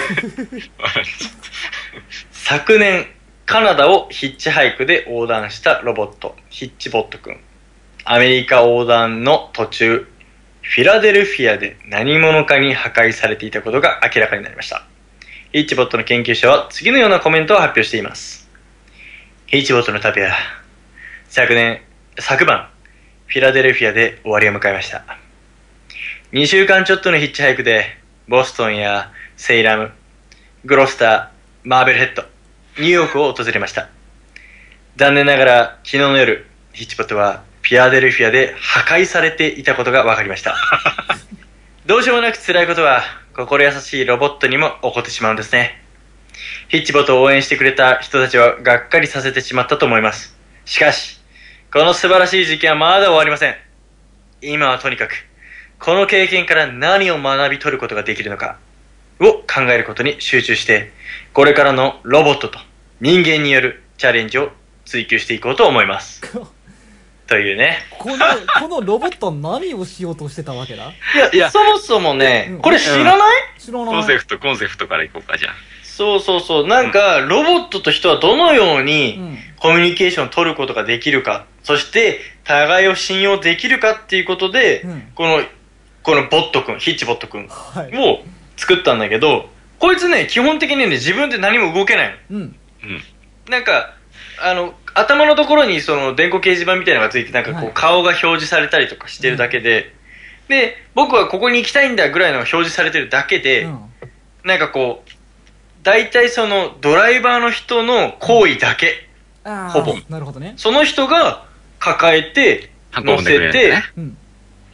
昨年、カナダをヒッチハイクで横断したロボット、ヒッチボットくん。アメリカ横断の途中、フィラデルフィアで何者かに破壊されていたことが明らかになりました。ヒッチボットの研究者は次のようなコメントを発表しています。ヒッチボットの旅は、昨晩、フィラデルフィアで終わりを迎えました。2週間ちょっとのヒッチハイクで、ボストンやセイラム、グロスター、マーベルヘッド、ニューヨークを訪れました。残念ながら、昨日の夜、ヒッチボットはフィラデルフィアで破壊されていたことが分かりました。どうしようもなく辛いことは、心優しいロボットにも起こってしまうんですね。ヒッチボットを応援してくれた人たちはがっかりさせてしまったと思います。しかし、この素晴らしい事件はまだ終わりません。今はとにかく、この経験から何を学び取ることができるのかを考えることに集中して、これからのロボットと人間によるチャレンジを追求していこうと思います。というね。 このロボットは何をしようとしてたわけだ？ いや、そもそもね、これ知らない？ 知らない。 コンセプトからいこうか、じゃあ。 そう。なんか、ロボットと人はどのようにコミュニケーションを取ることができるか、そして互いを信用できるかっていうことで、このボットくん、ヒッチボットくんを作ったんだけど、こいつね、基本的にね、自分で何も動けないの。なんか、頭のところにその電光掲示板みたいなのがついて、なんかこう顔が表示されたりとかしてるだけで、で、僕はここに行きたいんだぐらいのが表示されてるだけで、なんかこう、大体そのドライバーの人の行為だけ、ほぼ。 なるほどね。 その人が抱えて、乗せて、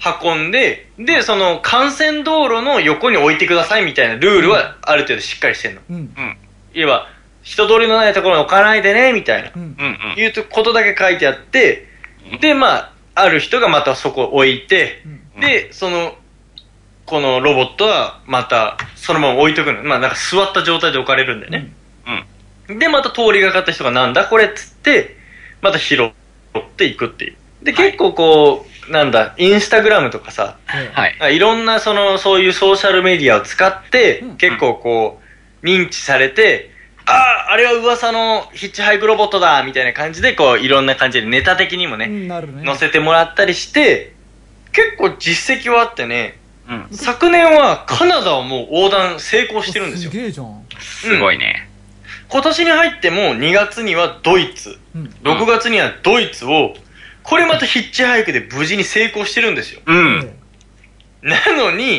運んで、で、その幹線道路の横に置いてくださいみたいなルールはある程度しっかりしてんの。うん。いわば、人通りのないところに置かないでね、みたいな。うん。いうことだけ書いてあって、で、まあ、ある人がまたそこ置いて、で、このロボットはまたそのまま置いとくの。まあなんか座った状態で置かれるんだよね。で、また通りがかった人がなんだこれっつって、また拾っていくっていう。で、結構こう、なんだ、インスタグラムとかさ、いろんなそういうソーシャルメディアを使って、結構こう、認知されて、あれは噂のヒッチハイクロボットだみたいな感じで、こう、いろんな感じでネタ的にもね、載せてもらったりして、結構実績はあってね、昨年はカナダをもう横断成功してるんですよ。 すげえじゃん。 すごいね。 今年に入っても2月にはドイツ、6月にはドイツを、これまたヒッチハイクで無事に成功してるんですよ。なのに、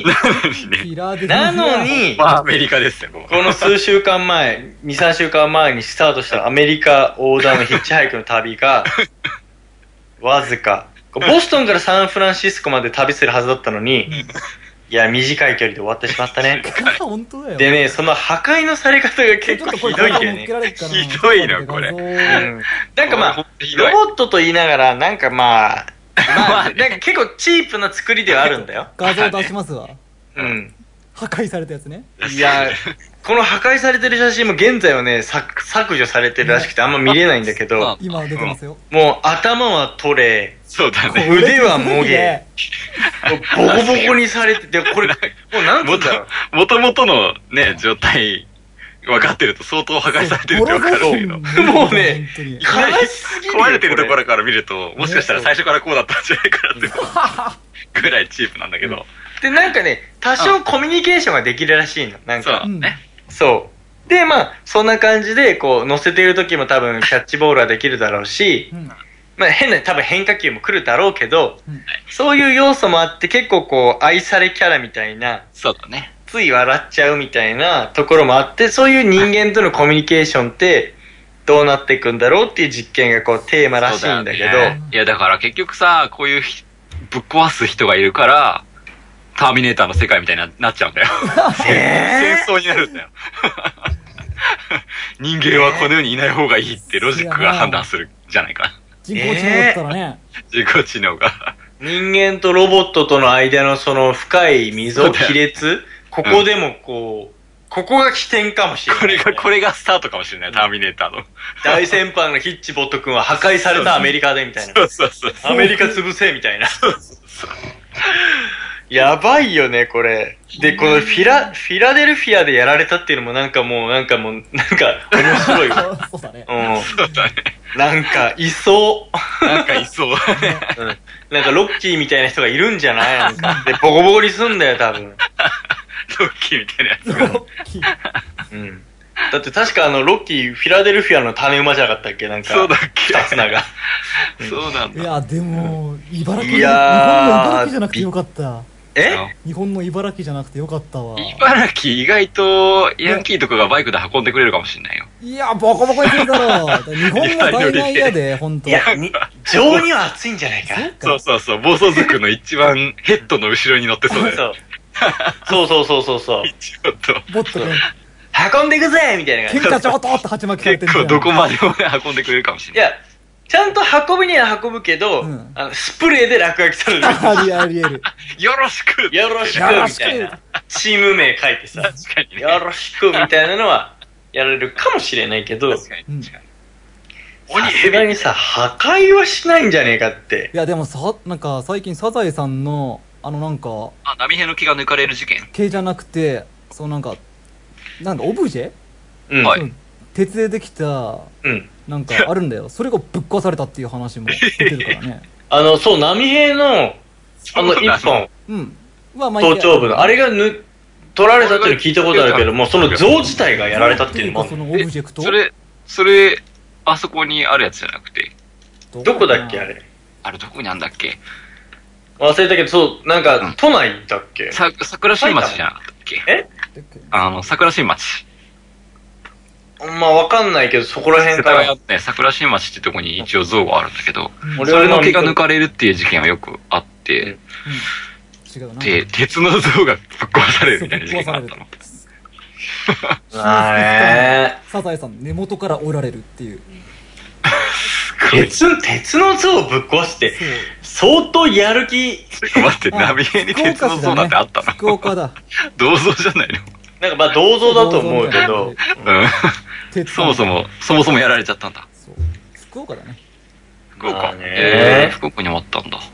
まあアメリカですよ。 この数週間前、2、3週間前にスタートしたアメリカ横断のヒッチハイクの旅が、わずか、ボストンからサンフランシスコまで旅するはずだったのに、いや、短い距離で終わってしまったね。 本当だよ。 でね、その破壊のされ方が結構ひどいんだよね。 ひどいな、これ。 なんかまあ、ロボットと言いながら、なんかまあ、なんか結構チープな作りではあるんだよ。 画像出しますわ。 うん。 破壊されたやつね。 いや、この破壊されてる写真も現在はね、削除されてるらしくてあんま見れないんだけど。 今は出てますよ。 もう頭は取れ、 そうだね。 腕はもげ、ボコボコにされてて、これ、もうなんつうんだろう。もともとのね、状態、分かってると相当破壊されてるって分かるけど。 もうね、悲しすぎる。 壊れてるところから見ると、もしかしたら最初からこうだったんじゃないかなってぐらいチープなんだけど。 で、なんかね、多少コミュニケーションができるらしいの。なんか。 そうね。 そう。で、まあ、そんな感じで、こう、乗せてる時も多分キャッチボールはできるだろうし、まあ多分変化球も来るだろうけど、そういう要素もあって結構こう、愛されキャラみたいな。 そうだね。 つい笑っちゃうみたいなところもあって、そういう人間とのコミュニケーションってどうなっていくんだろうっていう実験がこうテーマらしいんだけど。 いやだから結局さ、こういうぶっ壊す人がいるから、ターミネーターの世界みたいになっちゃうんだよ。戦争になるんだよ。人間はこの世にいない方がいいってロジックが判断するじゃないか。 人工知能だったらね。 人工知能が。 人間とロボットとの間のその深い溝、亀裂、ここでもこう、ここが起点かもしれない、ね。 これがスタートかもしれない、ターミネーターの。 大先輩のヒッチボット君は破壊されたアメリカでみたいな。 そう。 アメリカ潰せみたいな。やばいよね、これ。で、このフィラデルフィアでやられたっていうのもなんか面白いわ。 そうだね。 そうだね。 なんか、いそう。 なんかいそう。 なんかロッキーみたいな人がいるんじゃないなんか。で、ボコボコにすんだよ、多分。 ロッキーみたいなやつが。 うん。だって確かロッキー、フィラデルフィアの種馬じゃなかったっけなんか。 そうだっけ二つ名が。 そうなんだ。 いや、でも、日本の茨城じゃなくてよかった。日本の茨城じゃなくてよかったわ。 茨城意外とヤンキーとかがバイクで運んでくれるかもしれないよ。 いや、ボコボコにするだろう。日本の大概嫌で、ほんと。 いや、情には熱いんじゃないか。 そう。暴走族の一番ヘッドの後ろに乗ってそうだよ。 そう。ちょっと。 ボット君。 運んでくぜみたいな感じ。 喧嘩ちょっとって鉢巻きされてる。 結構どこまでも運んでくれるかもしれない。 いや、ちゃんと運ぶには運ぶけど、スプレーで落書きされる。 ありえる。 よろしくみたいな。チーム名書いてさ、よろしくみたいなのはやられるかもしれないけど、さすがにさ、破壊はしないんじゃねえかって。 いや、でもなんか最近サザエさんの、なんか、 波平の毛が抜かれる事件毛じゃなくて、なんかオブジェ鉄でできた、なんかあるんだよ。それがぶっ壊されたっていう話も出てるからね。 そう、波平の、一本、頭頂部の、あれが取られたっていうの聞いたことあるけども、その像自体がやられたっていうのも。 そのオブジェクトそれ、あそこにあるやつじゃなくて。 どこだっけあれ。 あれどこにあんだっけ忘れたけど、そう、なんか、都内だっけ桜新町じゃなかったっけ桜新町。 まあわかんないけど、そこら辺から。 桜新町ってとこに一応像があるんだけど、それの毛が抜かれるっていう事件はよくあって、で、鉄の像がぶっ壊されるみたいな事件があったの。 サザエさん根元から折られるっていう。 鉄の像をぶっ壊して相当やる気。 待って、ナビゲに鉄の像なんてあったの？ 福岡だ。 銅像じゃないの？ なんかまあ銅像だと思うけど、 そもそもやられちゃったんだ。 福岡だね。 福岡。福岡にもあったんだ。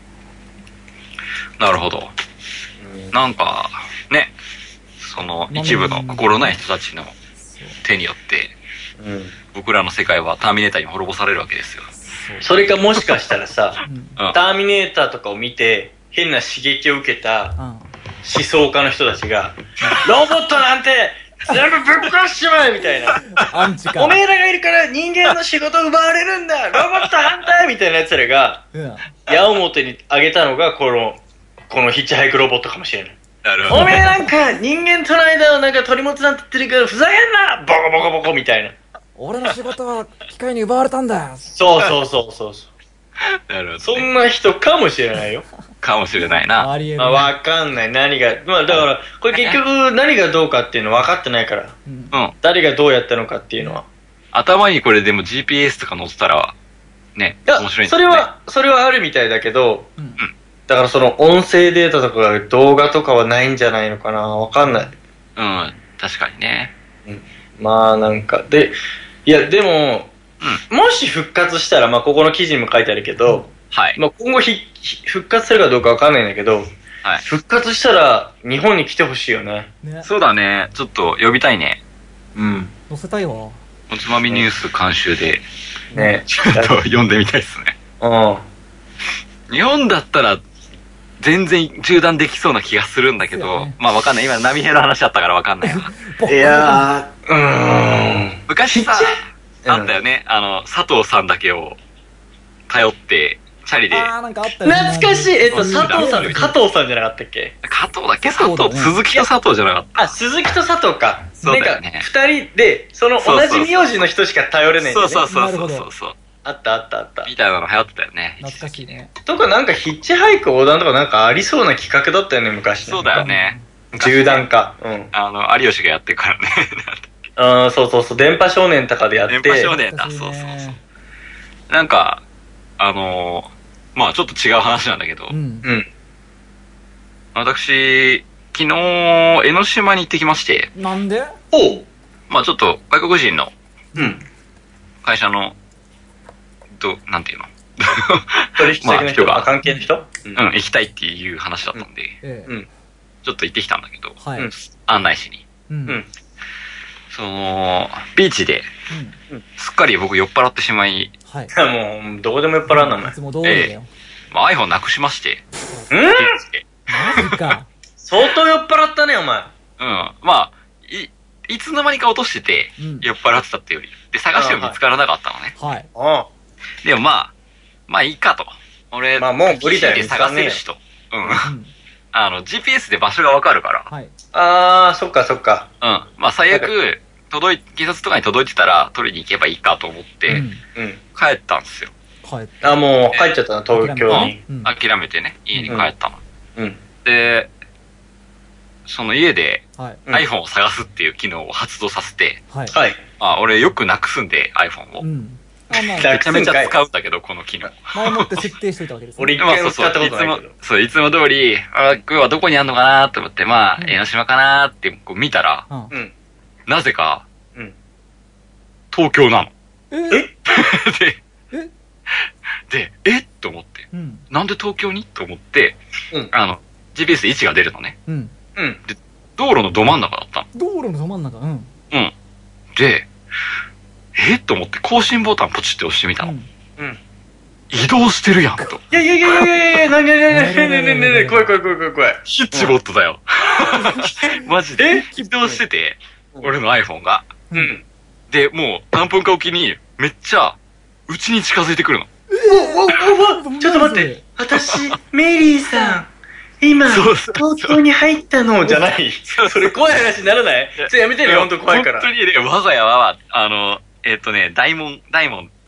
なるほど。なんかね、その一部の心ない人たちの手によって、僕らの世界はターミネーターに滅ぼされるわけですよ。 それかもしかしたらさ、ターミネーターとかを見て変な刺激を受けた思想家の人たちが、ロボットなんて全部ぶっ壊しちまえみたいな。おめえらがいるから人間の仕事奪われるんだ、ロボット反対みたいなやつらが矢面に上げたのがこのヒッチハイクロボットかもしれない。おめえなんか人間との間をなんか取り持つなんて言ってるからふざけんな、ボコボコボコみたいな。 俺の仕事は機械に奪われたんだ。 そう。 なるほど、ね。 そんな人かもしれないよ。 かもしれないな。 まあわかんない何が、まあだからこれ結局何がどうかっていうの分かってないから。誰がどうやったのかっていうのは。 頭にこれでも GPS とか載ってたらね、面白いんだよね。 それはあるみたいだけど。だからその音声データとか動画とかはないんじゃないのかな、わかんない。 確かにね。 まあなんかで、いやでも、もし復活したら、まあここの記事にも書いてあるけど、まあ今後復活するかどうかわかんないんだけど、復活したら日本に来てほしいよね。 そうだね、ちょっと呼びたいね。 載せたいわ。 おつまみニュース監修でね、ちょっと読んでみたいですね。日本だったら全然中断できそうな気がするんだけど、まあわかんない。今、波平の話だったからわかんないわ。 いや昔さ、あったよね。佐藤さんだけを頼って、チャリで。 なんかあったよね。 懐かしい。佐藤さんと加藤さんじゃなかったっけ？ 加藤だっけ？鈴木と佐藤じゃなかった。 鈴木と佐藤か。 そうだよね。 二人で、その同じ名字の人しか頼れないんだよね。 そう。 あった。 みたいなの流行ってたよね。 懐かしいね。 とかなんかヒッチハイク横断とかなんかありそうな企画だったよね、昔。 そうだよね。 縦断か。 有吉がやってるからね。 そう。電波少年とかでやって。 電波少年だ、そう。なんか、まあちょっと違う話なんだけど、私、昨日、江ノ島に行ってきまして。 なんで？ まあちょっと外国人の会社の、なんていうの取引先の人が、関係の人？ 行きたいっていう話だったんで、ちょっと行ってきたんだけど、案内しに。その、ビーチで、すっかり僕酔っ払ってしまい、 もう、どこでも酔っ払うな、お前。 いつも通りだよ。 iPhone なくしまして、 マジか。 相当酔っ払ったね、お前。 まあ、いつの間にか落としてて、酔っ払ってたってより。で、探しても見つからなかったのね。でもまあいいかと。俺、 まあもう無理だよ。 探せるしと。GPS で場所がわかるから。 そっか。 まあ最悪、警察とかに届いてたら取りに行けばいいかと思って、帰ったんですよ。 もう帰っちゃったな、東京に。 諦めてね、家に帰ったの。で、その家で iPhone を探すっていう機能を発動させて、俺よくなくすんで iPhone を。めちゃめちゃ使うんだけど、この機能。 前もって設定しといたわけですね。 俺一回も使ったことないけど。 そう、いつも通り、今日はどこにあんのかなと思って、江ノ島かなってこう見たら、なぜか、東京なの。で、と思って、なんで東京にと思って、GPS で位置が出るのね。で、道路のど真ん中だったの。 道路のど真ん中？ で、と思って更新ボタンポチって押してみたの。移動してるやんと。 いや、なに、怖い。 ヒッチボットだよ。マジで。移動してて、俺の iPhone が。で、もう何分かおきに、めっちゃ、うちに近づいてくるの。 ちょっと待って。私、メリーさん。今、東京に入ったのじゃない。それ怖い話にならない？ちょっとやめてね、ほんと怖いから。 本当にね、我が家は、大門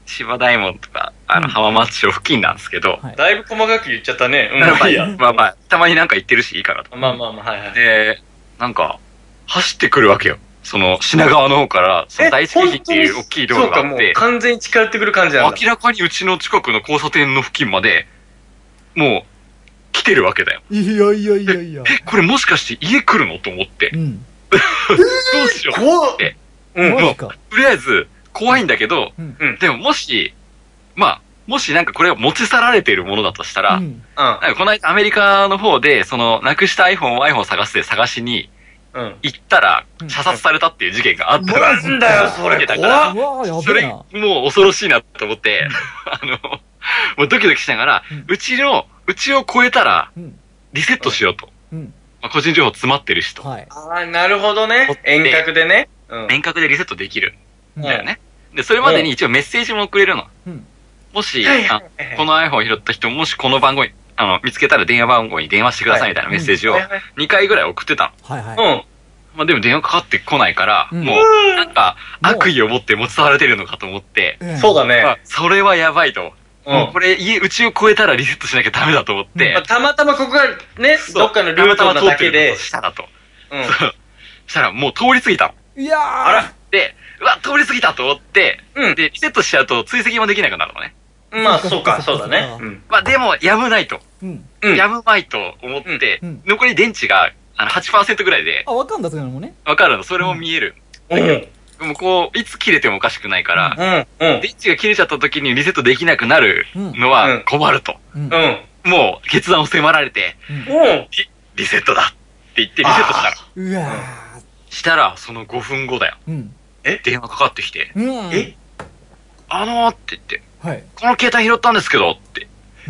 芝大門とか、浜松町付近なんですけど。 だいぶ細かく言っちゃったね。 まあ、たまになんか言ってるしいいかなと。 まあ、はいはい。 で、なんか、走ってくるわけよ。その、品川の方から、その第一駅っていう大きい道路があって。そうか、もう完全に近寄ってくる感じなんだ。 明らかにうちの近くの交差点の付近まで、もう、来てるわけだよ。 いや。 これもしかして家来るのと思って。どうしようって。とりあえず、怖いんだけど、でももしなんかこれが持ち去られているものだとしたら、なんかこの間アメリカの方で、その、なくした iPhone を探しに行ったら、射殺されたっていう事件があったら、 なんだよ、それ。 だから、それ、もう恐ろしいなと思って、もうドキドキしながら、うちを超えたら、リセットしようと。個人情報詰まってるしと。 ああ、なるほどね。遠隔でね。 遠隔でリセットできる。だよね。で、それまでに一応メッセージも送れるの。もし、この iPhone を拾った人、もしこの番号に、見つけたら電話番号に電話してくださいみたいなメッセージを2回ぐらい送ってたの。まあでも電話かかってこないから、もう、なんか、悪意を持って持ち去られてるのかと思って、 そうだね。 それはやばいと。これ、うちを超えたらリセットしなきゃダメだと思って。 たまたまここがね、どっかのルートなだけで。 したらと。したらもう通り過ぎたの。 いやー。 で、うわ、通り過ぎたと思って、で、リセットしちゃうと追跡もできなくなるのね。 まあ、そうだね。 まあ、でも、やむないと。やむまいと思って、残り電池が、8% ぐらいで。 わかんだ、そういうのもね。 わかるの、それも見える。でもこう、いつ切れてもおかしくないから、電池が切れちゃった時にリセットできなくなるのは困ると。もう、決断を迫られて、リセットだって言ってリセットしたら。 うわしたら、その5分後だよ。電話かかってきて、って言って、この携帯拾ったんですけどって。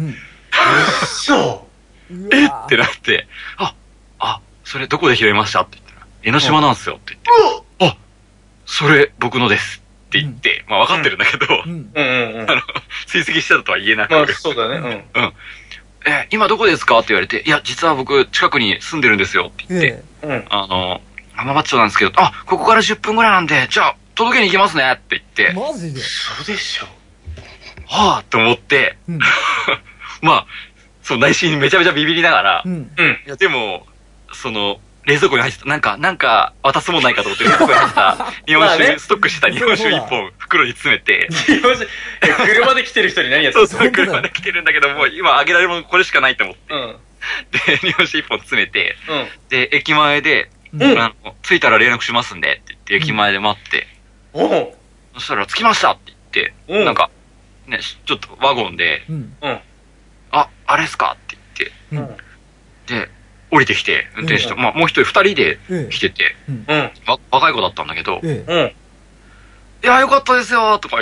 ってなって、それどこで拾いましたって言ったら、江ノ島なんすよって言って、それ僕のですって言って、まあ分かってるんだけど、追跡したとは言えなくて。 まあそうだね。 今どこですかって言われて、いや、実は僕近くに住んでるんですよって言って、浜松町なんですけど、ここから10分ぐらいなんで、じゃあ届けに行きますねって言って。 マジで？ そうでしょ。 はぁと思って、まあ、そう内心めちゃめちゃビビりながら、いやでも、その、冷蔵庫に入ってた、なんか渡すもんないかと思って冷蔵庫に入ってた日本酒、ストックしてた日本酒1本袋に詰めて。 車で来てる人に何やってるの？ そう、車で来てるんだけども、今あげられるものこれしかないと思って。で、日本酒1本詰めて、で、駅前で、着いたら連絡しますんでって言って駅前で待って、そしたら着きましたって言って、なんか、ね、ちょっとワゴンで、あれっすかって言って、で、降りてきて、運転手と、まあもう一人二人で来てて、若い子だったんだけど、いや、よかったですよとか言って、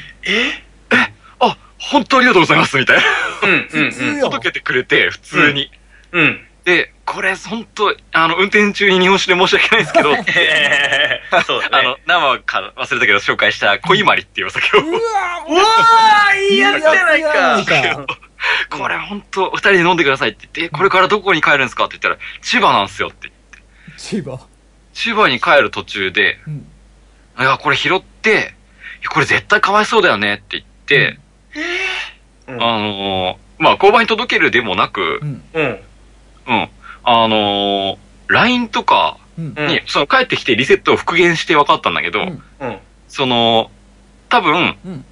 本当ありがとうございますみたいな。届けてくれて、普通に。で、これ本当運転中に日本酒で申し訳ないですけど、そうだね。生か忘れたけど紹介した小伊万里っていうお酒を。うわーいいやつじゃないか。 これ本当二人で飲んでくださいって言って、これからどこに帰るんですかって言ったら、千葉なんすよって言って。 千葉に帰る途中で、いや、これ拾って、これ絶対かわいそうだよねって言って、まあ、交番に届けるでもなく、LINE とかに、その帰ってきてリセットを復元して分かったんだけど、その、多分、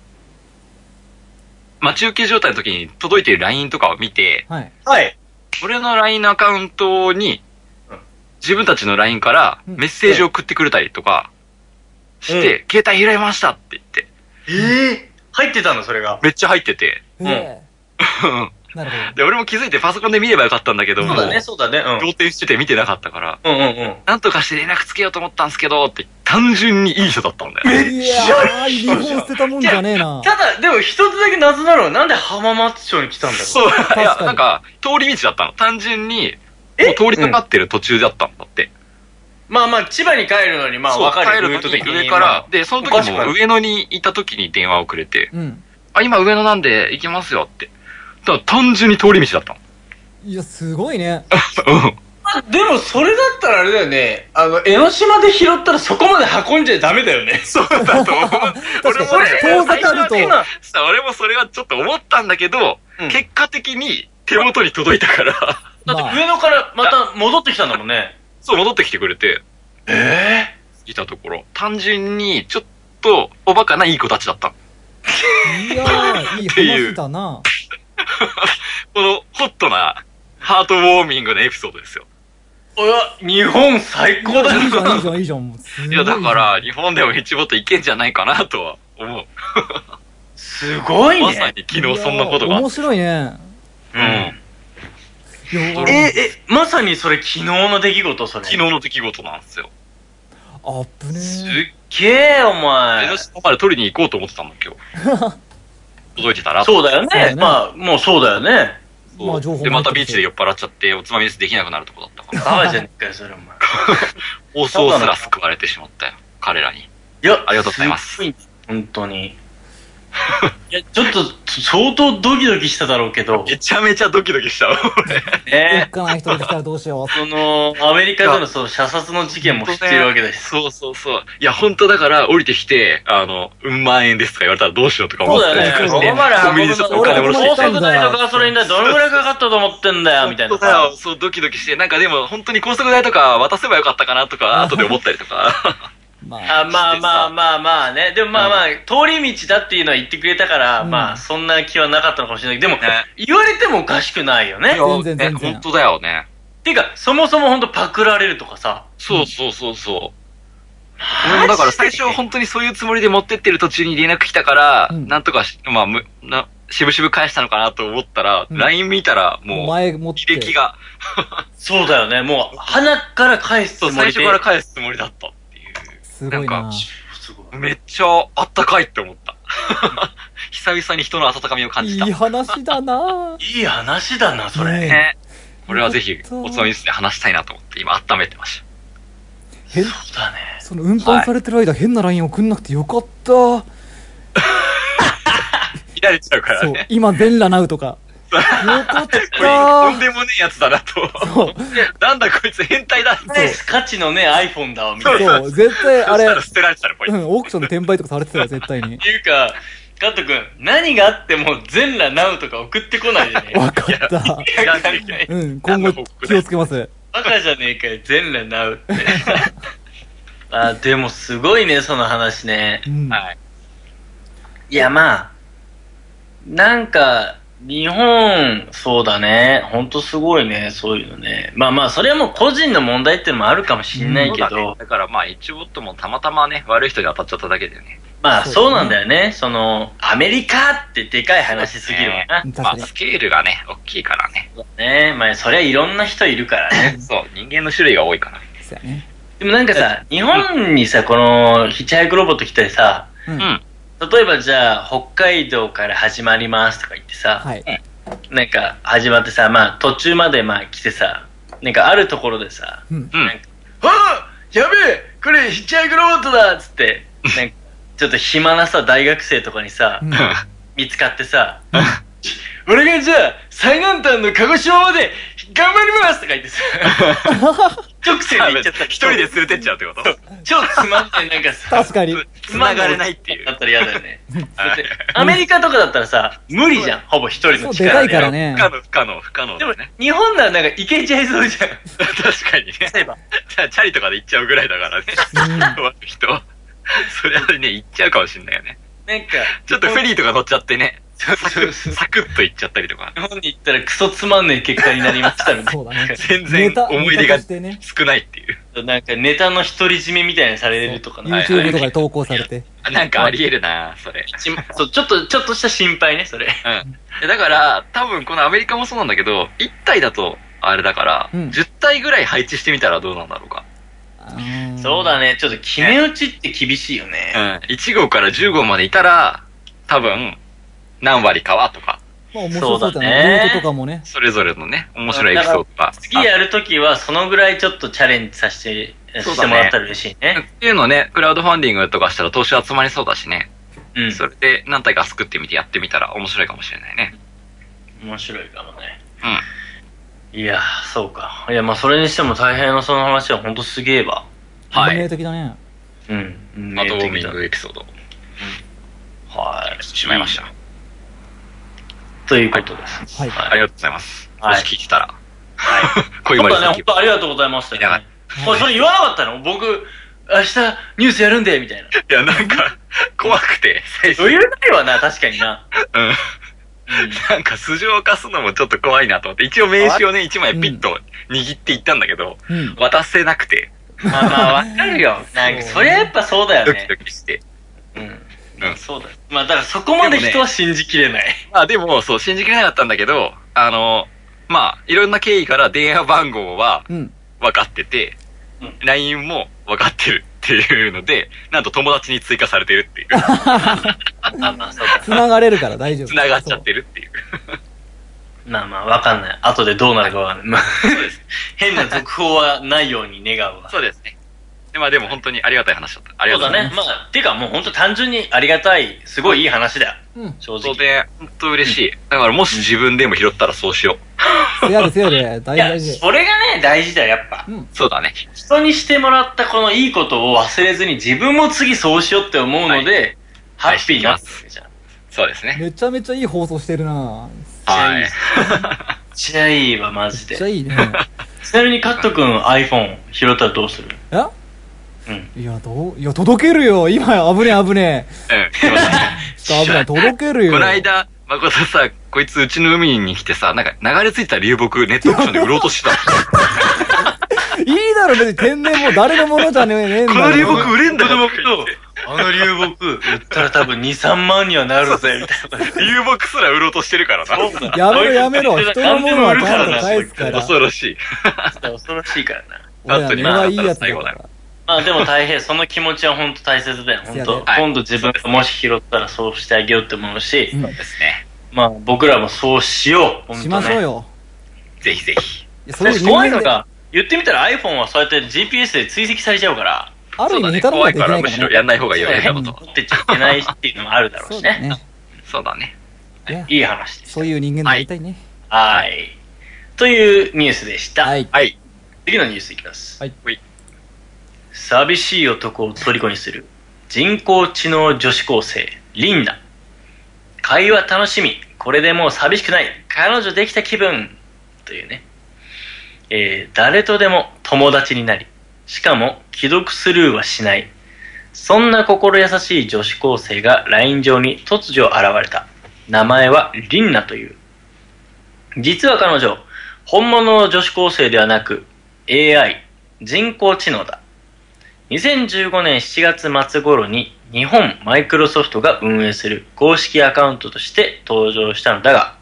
待ち受け状態の時に届いている LINE とかを見て、俺の LINE のアカウントに、自分たちの LINE からメッセージを送ってくれたりとかして、携帯拾いましたって言って。 入ってたのそれが。 めっちゃ入ってて。 なるほど。 で、俺も気づいてパソコンで見ればよかったんだけど、 そうだね。 動転してて見てなかったから、なんとかして連絡つけようと思ったんですけど、って単純にいい人だったんだよ。 めっちゃいい日本捨てたもんじゃねえな。 ただ、でも一つだけ謎なのは、なんで浜松町に来たんだろう。 そう、いや、なんか、通り道だったの。単純に、もう通りかかってる途中だったんだって。 まあまあ、千葉に帰るのに、まあ、分かるルート的に。 上から、で、その時も上野にいた時に電話をくれて、今上野なんで行きますよって。だから単純に通り道だったの。 いや、すごいね。 でもそれだったらあれだよね。江ノ島で拾ったらそこまで運んじゃダメだよね。 そうだと思う。俺もね、 遠ざかると。 俺もそれはちょっと思ったんだけど、結果的に手元に届いたから。 だって上野からまた戻ってきたんだもんね。 そう、戻ってきてくれて。いたところ。単純に、ちょっと、おバカないい子たちだった。 いやー、いい話だな。 この、ホットな、ハートウォーミングなエピソードですよ。 日本最高だよ。 いいじゃん、いいじゃん、いいじゃん。 いや、だから、日本でも一ボットいけんじゃないかなとは思う。 すごいね。 まさに昨日そんなことが。 面白いね。 うん。 まさにそれ昨日の出来事、それ。 昨日の出来事なんですよ。 あっぶねー。 すっげー、お前。 江ノ島まで取りに行こうと思ってたの、今日。届いてたら。 そうだよね。まあ、もうそうだよね。 まあ、情報で、またビーチで酔っ払っちゃって、おつまみですできなくなるとこだったから。 バカじゃねえかよ、それ、お前。 放送すら救われてしまったよ、彼らに。 いや、 ありがとうございます。 本当に。いや、ちょっと、相当ドキドキしただろうけど。 めちゃめちゃドキドキしたわ、俺。 おっかない人が来たらどうしよう。 アメリカでの射殺の事件も知ってるわけだし。 そうそうそう。いや、本当だから、降りてきて、うん万円ですとか言われたらどうしようとか思って。そうだよね。コンビニでちょっとお金下ろして。 高速代とガソリン代どのぐらいかかったと思ってんだよ、みたいな。 そう、ドキドキして、なんかでも、本当に高速代とか渡せばよかったかなとか、後で思ったりとか。 まあね。でもまあ、通り道だっていうのは言ってくれたから、まあ、そんな気はなかったのかもしれないけど、でも、言われてもおかしくないよね。 全然。 本当だよね。 ていうか、そもそも本当パクられるとかさ。 そう。俺もだから最初本当にそういうつもりで持ってってる途中に連絡来たから、なんとかまあ、しぶしぶ返したのかなと思ったら、LINE 見たらもう、履歴が。 そうだよね。もう、鼻から返すつもりで。 最初から返すつもりだったっていう。 すごいな。 めっちゃあったかいって思った。久々に人の温かみを感じた。 いい話だな。 いい話だな、それ。 ね。これはぜひ、おつまみですね、話したいなと思って、今温めてました。 そうだね。 その運搬されてる間、変な LINE 送んなくてよかった。 見られちゃうからね。 そう、今、全裸ナウとか。よかったとんでもねえやつだなと。そう。なんだこいつ変態だって。 価値のね、iPhone だわ、みたいな。そう、絶対あれ。 捨てられてたらこいつ。 オークションで転売とかされてたよ、絶対に。 っていうか、カット君、何があっても全裸ナウとか送ってこないでね。 わかった。今後気をつけます。 バカじゃねえかよ、全裸ナウって。でもすごいね、その話ね。はい。いや、まあ、なんか、日本、そうだね。ほんとすごいね、そういうのね。まあ、それはもう個人の問題ってのもあるかもしれないけど。 だからまあ、一ボットもたまたまね、悪い人に当たっちゃっただけだよね。 まあ、そうなんだよね。アメリカってでかい話すぎるわな。 まあ、スケールがね、大きいからね。 ね。まあ、そりゃいろんな人いるからね。 そう、人間の種類が多いから。 そうやね。 でもなんかさ、日本にさ、このヒッチハイクロボット来てさ、例えばじゃあ、北海道から始まりますとか言ってさ、なんか始まってさ、まあ途中までまあ来てさ、なんかあるところでさ、なんかやべえこれヒッチハイクロボットだっつって、なんかちょっと暇なさ、大学生とかにさ、見つかってさ、俺がじゃあ最南端の鹿児島まで頑張りますとか言ってさ、直線で行っちゃったら一人で連れてっちゃうってこと？ 超つまんないなんかさ、 確かに繋がれないっていうだったら嫌だよね。アメリカとかだったらさ、無理じゃん、ほぼ一人の力で。 でかいからね。 不可能でも日本ならなんか行けちゃいそうじゃん。 確かにね。例えばチャリとかで行っちゃうぐらいだからね。人それはね、行っちゃうかもしんないよね。なんかちょっとフェリーとか乗っちゃってね、サクッと行っちゃったりとか。 日本に行ったらクソつまんない結果になりましたみたいな。 全然思い出が少ないっていう。 なんかネタの独り占めみたいにされるとか。 YouTube とかで投稿されて。 なんかあり得るなそれ。 そう、ちょっとした心配ね、それ。 だから、多分このアメリカもそうなんだけど、1体だとあれだから、10体ぐらい配置してみたらどうなんだろうか。 そうだね、ちょっと決め打ちって厳しいよね。 1号から10号までいたら、多分、何割かはとか。 まあ面白そうだね。ルートとかもね。 それぞれのね、面白いエピソードとか。 次やるときは、そのぐらいちょっとチャレンジさせてもらったら嬉しいね。 っていうのね、クラウドファンディングとかしたら投資集まりそうだしね。それで何体か作ってみてやってみたら面白いかもしれないね。 面白いかもね。 いや、そうか。いや、まあそれにしても大変なその話はほんとすげえわ。 はい。運命的だね。 うん。アトウォーミングエピソード。 はい。 しまいました。 ということです。 はい。ありがとうございます。もし聞いてたら。 はい。こういうまで。本当ありがとうございましたよ。それ言わなかったの？僕、明日ニュースやるんで、みたいな。いや、なんか、怖くて、 最初。余裕ないわな、確かにな。 うん。なんか素性を貸すのもちょっと怖いなと思って、一応名刺をね、1枚ピッと握っていったんだけど、渡せなくて。 まあわかるよ。なんか、そりゃやっぱそうだよね。 ドキドキして。 そうだよ。まあだからそこまで人は信じきれない。 まあでも、そう、信じきれなかったんだけど、まあ、いろんな経緯から電話番号は分かってて、LINE も分かってるっていうので、なんと友達に追加されてるっていう。 繋がれるから大丈夫。 繋がっちゃってるっていう。 まあまあ、わかんない。後でどうなるかわかんない。そうです。変な続報はないように願うわ。 そうですね。まあでも本当にありがたい話だった。ありがとうございます。 そうだね。まあ、てかもう本当単純にありがたい、すごいいい話だよ。正直。 そうで、本当嬉しい。だからもし自分でも拾ったらそうしよう。せやで、大事。 それがね、大事だよ、やっぱ。 そうだね。 人にしてもらったこのいいことを忘れずに自分も次そうしようって思うので、ハッピーになってるじゃん。 そうですね。 めちゃめちゃいい放送してるなはい。 めっちゃいいわ、マジで。 めっちゃいいね。 ちなみにカット君 iPhone 拾ったらどうする？ いや、届けるよ。今、危ねえ。危ない、届けるよ。 この間、誠さ、こいつうちの海に来てさ、なんか流れ着いた流木、ネットオークションで売ろうとしてた。 いいだろ、別に天然も誰のものじゃねえんだ。 この流木売れんだよ。 あの流木、売ったら多分2、3万にはなるぜ、みたいな。 流木すら売ろうとしてるからな。 やめろ。人のものはちゃんと返すから。 恐ろしい。 恐ろしいからな。俺はいいやつだから。 まあでも大変、その気持ちは本当大切だよ。本当今度自分がもし拾ったらそうしてあげようって思うし。 そうですね。 まあ僕らもそうしよう。 しましょうよ。 ぜひぜひ。 怖いのが、言ってみたら iPhone はそうやって GPS で追跡されちゃうから。 ある意味下手なことはできないからむしろやんない方がいいよね。 持ってっちゃいけないっていうのもあるだろうしね。 そうだね。 いい話です。 そういう人間になりたいね。 はい。というニュースでした。 はい。 次のニュースいきます。 はい。 寂しい男を虜にする人工知能女子高生リンナ。会話楽しみ、これでもう寂しくない、彼女できた気分というね、誰とでも友達になり、しかも既読スルーはしない、そんな心優しい女子高生が LINE 上に突如現れた。名前はリンナという。実は彼女、本物の女子高生ではなく AI 人工知能だ。2015年7月末頃に日本マイクロソフトが運営する公式アカウントとして登場したのだが、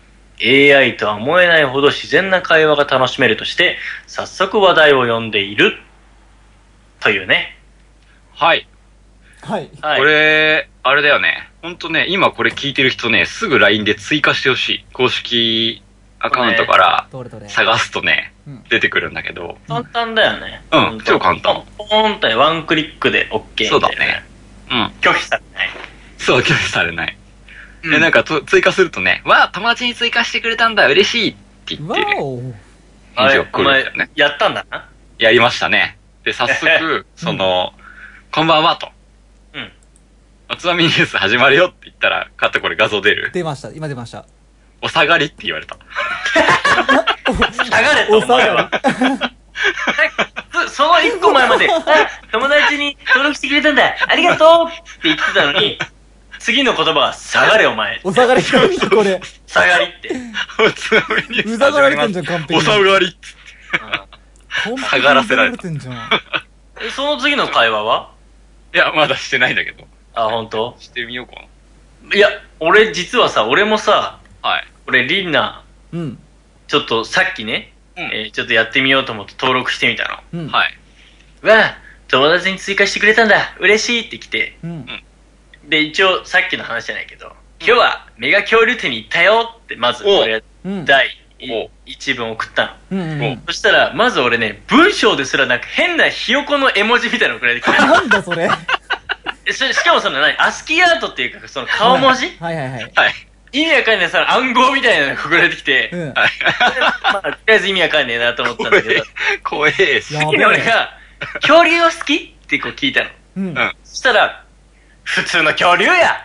AI とは思えないほど自然な会話が楽しめるとして早速話題を呼んでいるというね。 はい、 これあれだよね、ほんとね、今これ聞いてる人ね、すぐ LINE で追加してほしい。公式アカウントから探すとね、出てくるんだけど。 簡単だよね。 超簡単。 ポーンってワンクリックで OK みたいな。 そうだね。 拒否されない。 そう、拒否されない。で、なんか追加するとね、わあ、友達に追加してくれたんだ、嬉しいって言ってね。 あれ、お前、やったんだな。 やりましたね。で、早速、こんばんはと。おつまみニュース始まるよって言ったら、カットこれ画像出る？ 出ました、今出ました。 お下がりって言われた。 下がれと、お前は。その一個前まで、友達に登録してくれたんだ、ありがとうって言ってたのに、次の言葉は、下がれお前。 お下がりって何これ。 下がりって。 おつまみニュース始まります。 うざがられてんじゃん、完璧に。 お下がりっつって。下がらせられてんじゃん。 その次の会話は？ いや、まだしてないんだけど。 あ、本当？ してみようかな。いや、俺実はさ、俺もさ、 はい。 俺リンナ、ちょっとさっきね、ちょっとやってみようと思って登録してみたの。はい。 わあ、友達に追加してくれたんだ、嬉しいって来て、で、一応さっきの話じゃないけど、今日はメガ恐竜店に行ったよって、まず俺、第一文送ったの。そしたら、まず俺ね、文章ですらなく変なひよこの絵文字みたいなの送られてきた。 なんだそれ。 しかもそのアスキーアートっていうか、その顔文字意味わかんないさ、暗号みたいなのが送られてきて、まあ、とりあえず意味わかんねえなと思ったんだけど、 怖えし。 俺が、恐竜を好きってこう聞いたの。そしたら、普通の恐竜や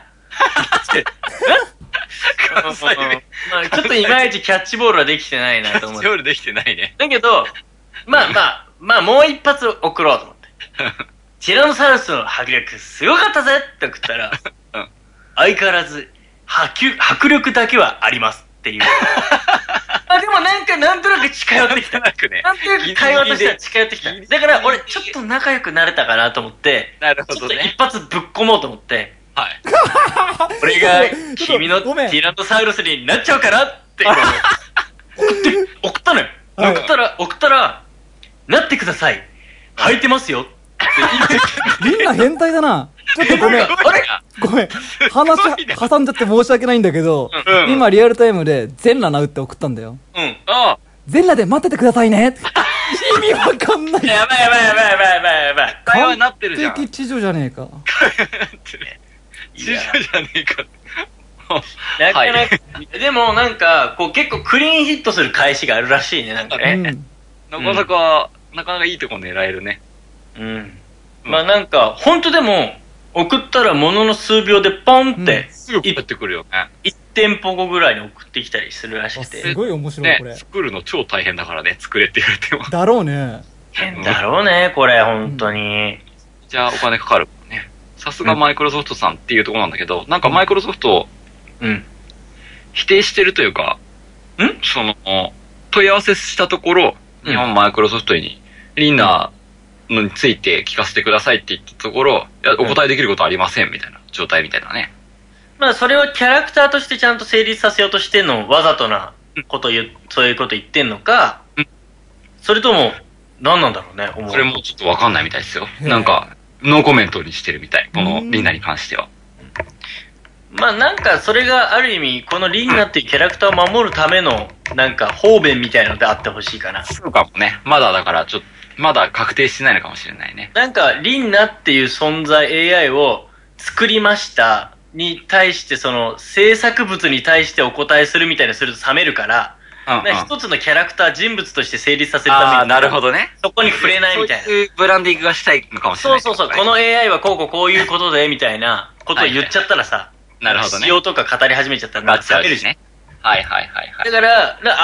まあちょっといまいちキャッチボールはできてないなと思って。 キャッチボールできてないね。 だけど、まあもう一発送ろうと思って。ティラノサウルスの迫力すごかったぜって送ったら、相変わらず迫力だけはありますっていう。でもなんとなく近寄ってきた。なんとなく会話としては近寄ってきた。だから俺ちょっと仲良くなれたかなと思って、 なるほどね。 ちょっと一発ぶっ込もうと思って、はい。俺が君のティラノサウルスになっちゃうからって送ったのよ。送ったら、なってください。履いてますよ。 みんな変態だな。ちょっとごめん。ごめん。話挟んじゃって申し訳ないんだけど、今リアルタイムで全裸なうって送ったんだよ。全裸で待っててくださいね。意味わかんない。 やばい。 会話になってるじゃん。 完璧知女じゃねえか。 知女じゃねえか。 なかなか、でもなんか、こう結構クリーンヒットする返しがあるらしいね、なんかね。 なかなかいいとこ狙えるね。 まあなんか、ほんとでも、送ったらものの数秒でポンって、 すぐ送ってくるよね。 1店舗後ぐらいに送ってきたりするらしくて。 すごい面白いこれ。 作るの超大変だからね、作れって言われても。 だろうね。 変だろうね、これ、ほんとに。 じゃあお金かかるもんね。さすがマイクロソフトさんっていうところなんだけど、なんかマイクロソフト、否定してるというか、その、問い合わせしたところ、日本マイクロソフトに、リンナーについて聞かせてくださいって言ったところ、お答えできることはありませんみたいな状態みたいなね。 まあそれはキャラクターとしてちゃんと成立させようとしてんのわざとなことそういうこと言ってんのか、それとも、何なんだろうね、 それもちょっとわかんないみたいですよ。なんか、ノーコメントにしてるみたい。このリンナに関しては。 まあなんかそれがある意味、このリンナっていうキャラクターを守るための、なんか方便みたいのであってほしいかな。 そうかもね。まだだからまだ確定してないのかもしれないね。 なんか、リンナっていう存在 AI を作りましたに対して、その制作物に対してお答えするみたいなすると冷めるから、一つのキャラクター、人物として成立させるために。 なるほどね。 そこに触れないみたいな。 そういうブランディングがしたいのかもしれない。 そう。この AI はこういうことで、みたいなことを言っちゃったらさ、 なるほどね。 仕様とか語り始めちゃったら、冷めるしね。 はい。 だから、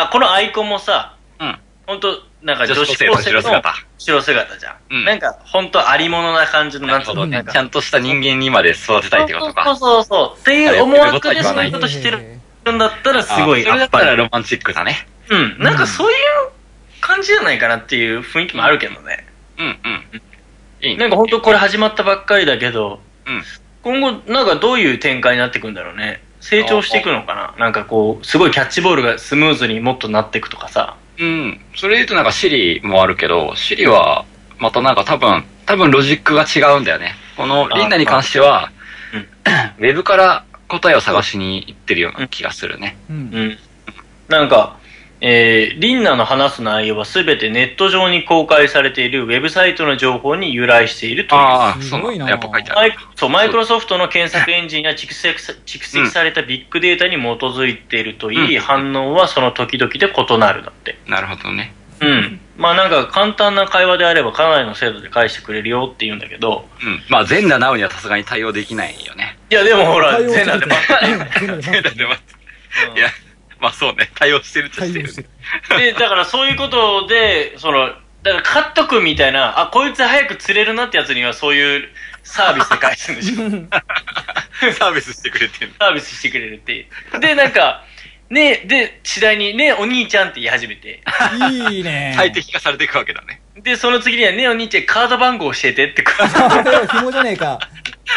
このアイコンもさ、ほんと、なんか女子高生の白姿じゃん。なんか、ほんとありものな感じの、なんつうの、 ちゃんとした人間にまで育てたいってことか。 そう。っていう思惑でそういうことしてるんだったらすごい、 それだったらロマンチックだね。 なんかそういう感じじゃないかなっていう雰囲気もあるけどね。いいね。なんかほんとこれ始まったばっかりだけど、今後なんかどういう展開になっていくんだろうね。成長していくのかな。なんかこう、すごいキャッチボールがスムーズにもっとなっていくとかさ。 それで言うとなんかシリもあるけど、シリはまたなんか多分ロジックが違うんだよね。このリンナに関しては、ウェブから答えを探しに行ってるような気がするね。 なんか、リンナの話す内容はすべてネット上に公開されているウェブサイトの情報に由来しているという。 すごいな。 やっぱ書いてある。 マイクロソフトの検索エンジンや蓄積されたビッグデータに基づいているといい、反応はその時々で異なるだって。 なるほどね。 まあなんか簡単な会話であればかなりの精度で返してくれるよって言うんだけど。 まあ全裸ナウにはさすがに対応できないよね。 いやでもほら、全裸で待って。 いや。まあそうね、対応してるっちゃしてる。 で、だからそういうことで、だからカット君みたいな、こいつ早く釣れるなってやつにはそういうサービスで返すんでしょ。 サービスしてくれてる。 サービスしてくれるって。で、なんか、で、次第に、お兄ちゃんって言い始めて。 いいね。 最適化されていくわけだね。 で、その次には、お兄ちゃんカード番号教えてって。 紐じゃねえか。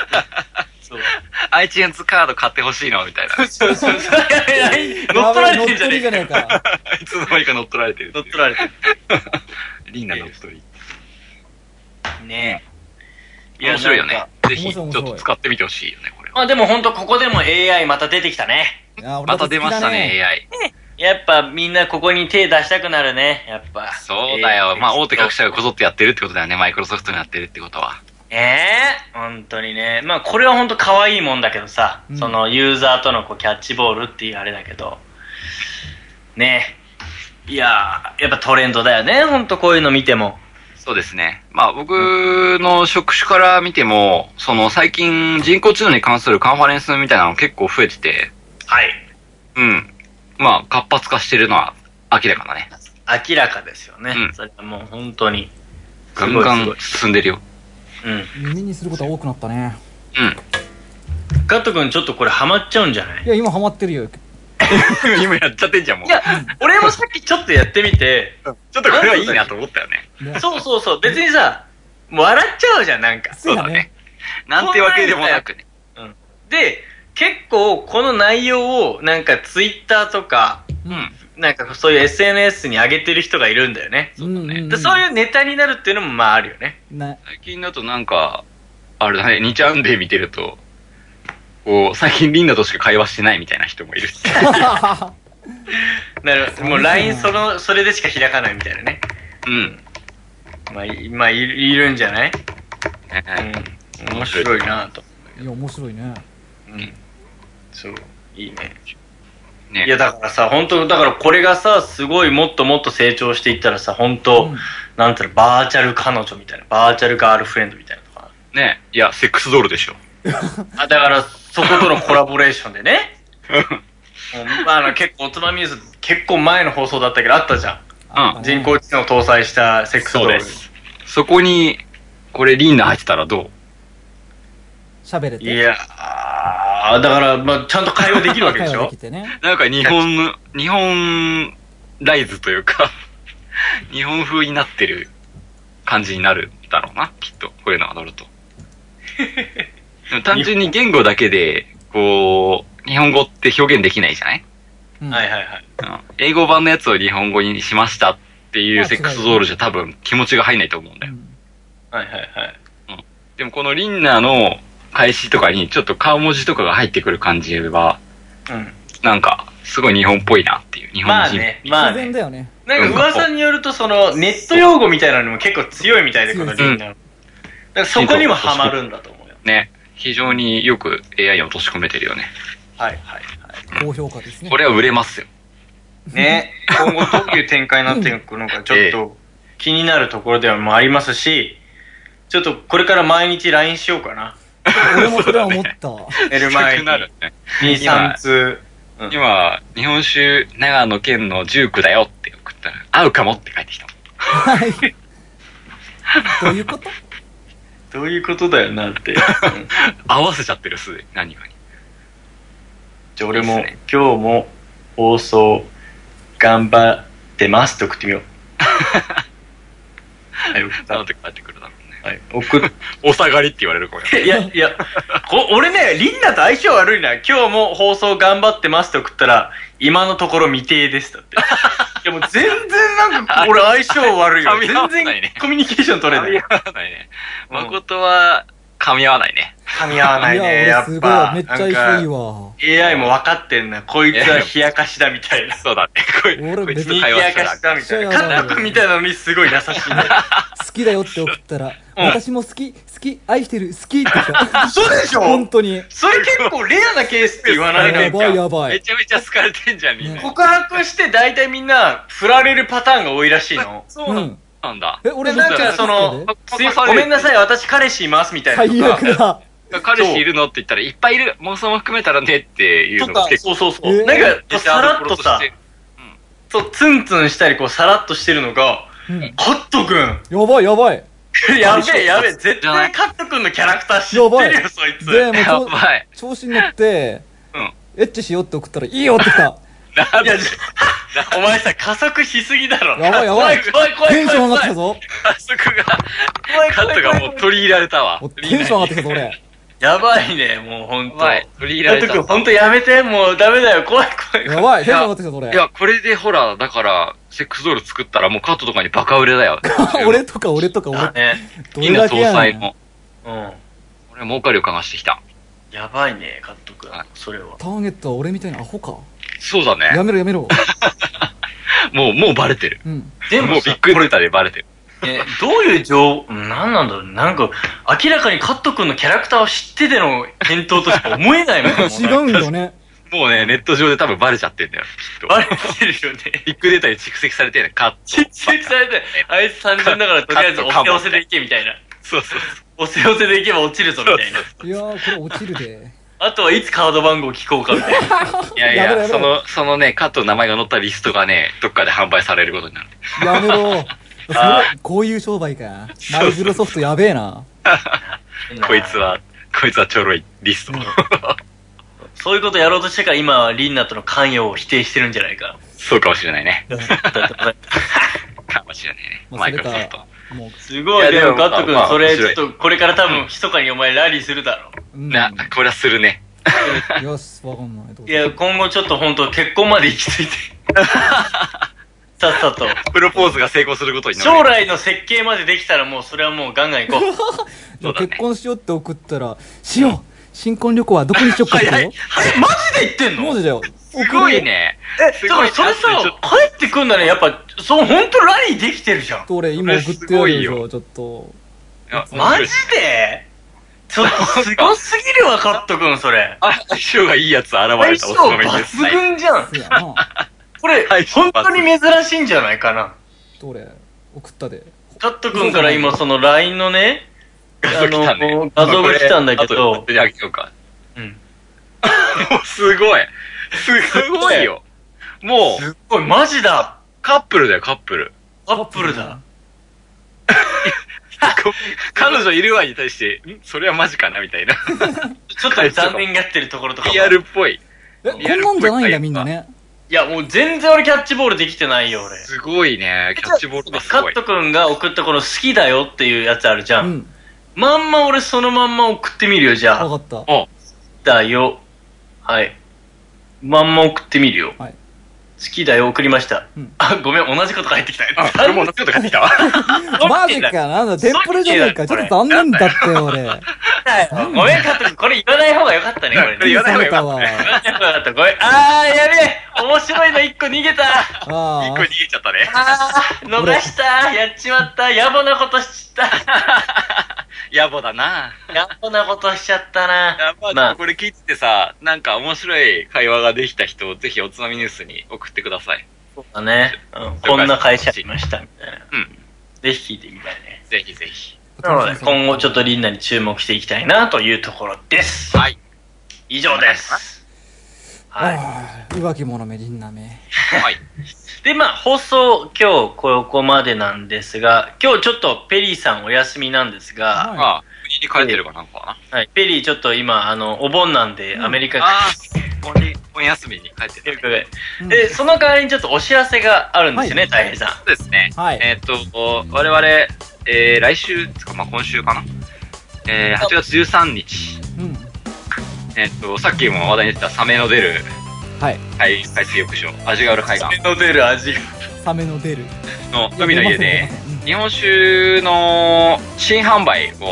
iTunes カード買ってほしいのみたいな。 そう。乗っ取られてるじゃねえか。 いつの間にか乗っ取られてる。 乗っ取られてる。 リンナ乗っ取り。 ねえ。面白いよね。ぜひ、ちょっと使ってみてほしいよね、これ。 まあでもほんとここでも AI また出てきたね。 また出ましたね、AI。 やっぱみんなここに手出したくなるね、やっぱ。 そうだよ。まあ大手各社がこぞってやってるってことだよね、マイクロソフトにやってるってことは。 本当にね。まあこれは本当可愛いもんだけどさ、そのユーザーとのこうキャッチボールっていうあれだけど、ね。いややっぱトレンドだよね、本当こういうの見ても。 そうですね。まあ僕の職種から見ても、その最近人工知能に関するカンファレンスみたいなの結構増えてて、 はい。 まあ活発化してるのは明らかだね。 明らかですよね。それはもう本当に。 ガンガン進んでるよ。 耳にすることは多くなったね。 ガット君ちょっとこれハマっちゃうんじゃない？ いや、今ハマってるよ。 今やっちゃってんじゃん、もう。 いや、俺もさっきちょっとやってみて、 ちょっとこれはいいなと思ったよね。 そう。別にさ、もう笑っちゃうじゃん、なんか。 そうだね。 なんてわけでもなくね。 で、結構この内容をなんかツイッターとか、なんかそういう SNS に上げてる人がいるんだよね。そういうネタになるっていうのもまああるよね。 最近だとなんか、あれだね、2ちゃんで見てると、こう、最近リンダとしか会話してないみたいな人もいるし。 なるほど。もう LINE それでしか開かないみたいなね。まあ、いるんじゃない？面白いなと。 いや、面白いね。 そう、いいね。いや、だからさ、本当だからこれがさ、すごいもっともっと成長していったらさ、本当なんていうの、バーチャル彼女みたいな、バーチャルガールフレンドみたいなとか。 ね、いや、セックスドールでしょ。 だからそことのコラボレーションでね。結構おつまみニュース結構前の放送だったけどあったじゃん。人工知能を搭載したセックスドール。 そこにこれリンナ入ってたらどう？ 喋れて。 いやだからまあちゃんと会話できるわけでしょ。 なんか日本ライズというか日本風になってる感じになるだろうな、きっとこういうのが乗ると。単純に言語だけで、こう、日本語って表現できないじゃない？英語版のやつを日本語にしましたっていうセックスドールじゃ多分気持ちが入んないと思うんだよ。でもこのリンナーの開始とかにちょっと顔文字とかが入ってくる感じは、なんか、すごい日本っぽいなっていう。日本人。 まあね。だよね。 なんか噂によると、その、ネット用語みたいなのにも結構強いみたいで、このリンナー。だからそこにもハマるんだと思うよ。 ね。非常によく AI に落とし込めてるよね。 高評価ですね。 これは売れますよ。 ね。今後どういう展開になっていくのかちょっと気になるところでもありますし、ちょっとこれから毎日 LINE しようかな。 俺もそれは思った。 寝る前に。2、3通。 今、日本酒長野県の19だよって送ったら、合うかもって書いてきたもん。 はい。どういうこと？ どういうことだよなって。 合わせちゃってる、すでに何かに。 じゃあ俺も、今日も放送頑張ってますって送ってみよう。はい、送った。 なんて帰ってくるだろうね。 はい、送っお下がりって言われるこれ。 いや、俺ね、リンナと相性悪いな。今日も放送頑張ってますって送ったら、今のところ未定ですだって。いやもう全然なんか、俺相性悪いよ。全然コミュニケーション取れない。 噛み合わないね。誠は、噛み合わないね。 噛み合わないね、やっぱ。 めっちゃ相性いいわ。 AI も分かってんな。こいつは冷やかしだみたいな。 そうだね。 俺別に冷やかしだみたいな。カット君みたいなのにすごい優しいね。 好きだよって送ったら、私も好き、愛してる、好きってさ。 嘘でしょ？ 本当に。 それ結構レアなケースって言わないね。 やばいやばい。 めちゃめちゃ好かれてんじゃん、みんな。 告白して大体みんな振られるパターンが多いらしいの。 そうなんだ。 俺なんかその、ごめんなさい、私彼氏いますみたいな。 最悪だ。 彼氏いるのって言ったら、いっぱいいる、妄想も含めたらねっていうのが結構。 そう。なんか、さらっとさ、そう、ツンツンしたり、こう、さらっとしてるのが、カットくん。 やばい。 やべえ。絶対カットくんのキャラクター知ってるよ、そいつ。 で、もう調子に乗って、エッチしようって送ったら、いいよってさ。 いや、お前さ、加速しすぎだろ。 やばい。 怖い。 テンション上がってたぞ。 加速が、カットがもう取り入れられたわ。 テンション上がってたぞ、俺。 やばいね、もうほんと。 取り入れられた。 カットくんほんとやめて、もうダメだよ、怖い。 やばい、テンション上がってきたぞ、俺。 いや、これでほら、だから、セックスドール作ったらもうカットとかにバカ売れだよ。 俺とか。 ね。 どれだけやねん。 俺儲かりをかましてきた。 やばいね、カットくん。それは。 ターゲットは俺みたいなアホか。 そうだね。 やめろ。 もうバレてる。 うん。 でもビッグデータでバレてる。 どういうなんなんだろうね。なんか、明らかにカット君のキャラクターを知ってての返答としか思えないもん。 違うんだね。 もうね、ネット上で多分バレちゃってんだよ。きっと。 バレてるよね。 ビッグデータに蓄積されてるね、カット。 蓄積されて、あいつ単純だからとりあえず押せ押せでいけみたいな。 そうそう。 押せ押せでいけば落ちるぞみたいな。 いやー、これ落ちるで。 あとはいつカード番号聞こうかみたいな。 いやいや、そのね、カットの名前が載ったリストがね、どっかで販売されることになる。 やめろ。こういう商売か。マイクロソフトやべえな。 こいつはちょろいリスト。 そういうことやろうとしてから今はリンナとの関与を否定してるんじゃないか。 そうかもしれないね。かもしれないね。マイクロソフト。 すごい、でもガット君、それちょっとこれから多分密かにお前ラリーするだろ。 これはするね。 よし、わかんない。 いや、今後ちょっと本当結婚まで行き着いて。さっさと。 プロポーズが成功することになる。 将来の設計までできたらもうそれはもうガンガン行こう。 じゃあ結婚しようって送ったら、しよう新婚旅行はどこにしよっかってよ。 マジで言ってんの？ マジだよ。 すごいね。 だからそれさ、帰ってくんだね。やっぱ、そう、ほんとラリーできてるじゃん。 俺今送ってやるよ、ちょっと。 マジで？ちょっとすごすぎるわ、カット君、それ。 相性がいいやつ現れたおすすめです。 抜群じゃん。これ、本当に珍しいんじゃないかな。 どれ送ったで。 カット君から今その LINE のね、画像が来たんだけど。 あげようか。うん。すごい。すごいよ。もう。 すごい、マジだ。 カップルだよ、カップル。 カップルだ。 彼女いるわに対して、それはマジかなみたいな。 ちょっと残念がってるところとかも。 リアルっぽい。 こんなんじゃないんだ、みんなね。 いや、もう全然俺キャッチボールできてないよ、俺。 すごいね。キャッチボールがすごい。 カット君が送ったこの好きだよっていうやつあるじゃん。まんま俺そのまんま送ってみるよ、じゃあ。 わかった。 だよ。はい。まんま送ってみるよ。はい。好きだよ、送りました。あ、ごめん、同じこと返ってきた。 俺も同じこと返ってきたわ。 マジか、なんだ、テンプレじゃねえか。ちょっと残念だってよ、俺。 ごめん、カット君、これ言わない方がよかったね、これ。 言わない方がよかった。ごめん。やべえ面白いの1個逃げた。 1個逃げちゃったね。 逃した。やっちまった。野暮なことしちゃった。 野暮だな。 野暮なことしちゃったな。 まあ、これ聞いててさ、なんか面白い会話ができた人、ぜひおつまみニュースに送ってください。 そうだね。こんな会社ありました、みたいな。ぜひ聞いてみたいね。 ぜひぜひ。 なので、今後ちょっとリンナに注目していきたいな、というところです。 はい。 以上です。 はい。浮気者め、リンナめ。 はい。 で、まあ、放送、今日ここまでなんですが、今日ちょっとペリーさんお休みなんですが、 国に帰ってるかなんかな。 はい、ペリーちょっと今、お盆なんで、アメリカお休みに帰ってる。 で、その代わりにちょっっとお知らせがあるんですよね、大平さん。 そうですね。我々、来週、まあ今週かな。8月13日。さっきも話題に出たサメの出る、海水浴場、味がある海岸。 サメの出る味が。 サメの出る。 の海の家で、日本酒の新販売を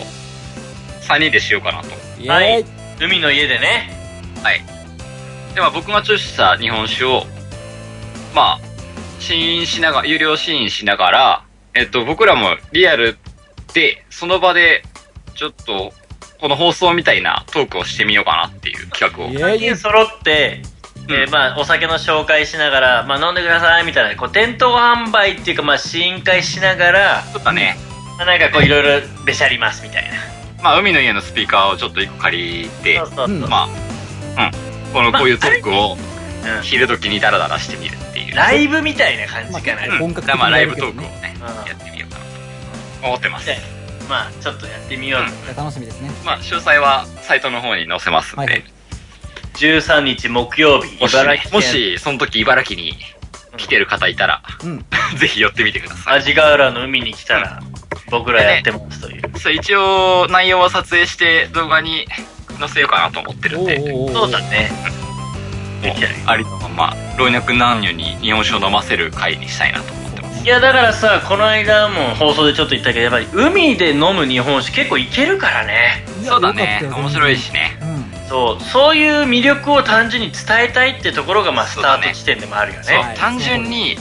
3人でしようかなと。 はい。海の家でね。 はい。で、まあ僕がチョイスした日本酒を、まあ、有料試飲しながら、僕らもリアルで、その場で、ちょっと、この放送みたいなトークをしてみようかなっていう企画を。 3人揃って、まあ、お酒の紹介しながら、まあ、飲んでくださいみたいな、こう、店頭販売っていうか、まあ、試飲会しながら、 そうだね。 なんかこう、いろいろべしゃりますみたいな。 まあ、海の家のスピーカーをちょっと一個借りて、まあ、こういうトークを、昼時にダラダラしてみるっていう。 ライブみたいな感じかな。 まあ、ライブトークをね、やってみようかなと思ってます。 まあ、ちょっとやってみよう。 楽しみですね。 まあ、詳細はサイトの方に載せますんで。 13日木曜日、 茨城県。もし、その時茨城に来てる方いたら、ぜひ寄ってみてください。 味ヶ浦の海に来たら、僕らやってますという。 そう、一応、内容は撮影して動画に載せようかなと思ってるんで。 そうだね。 ありのまま、老若男女に日本酒を飲ませる会にしたいなと思ってます。 いや、だからさ、この間も放送でちょっと言ったけど、やっぱり海で飲む日本酒結構いけるからね。 そうだね。面白いしね。 そういう魅力を単純に伝えたいってところが、まあ、スタート地点でもあるよね。 単純に、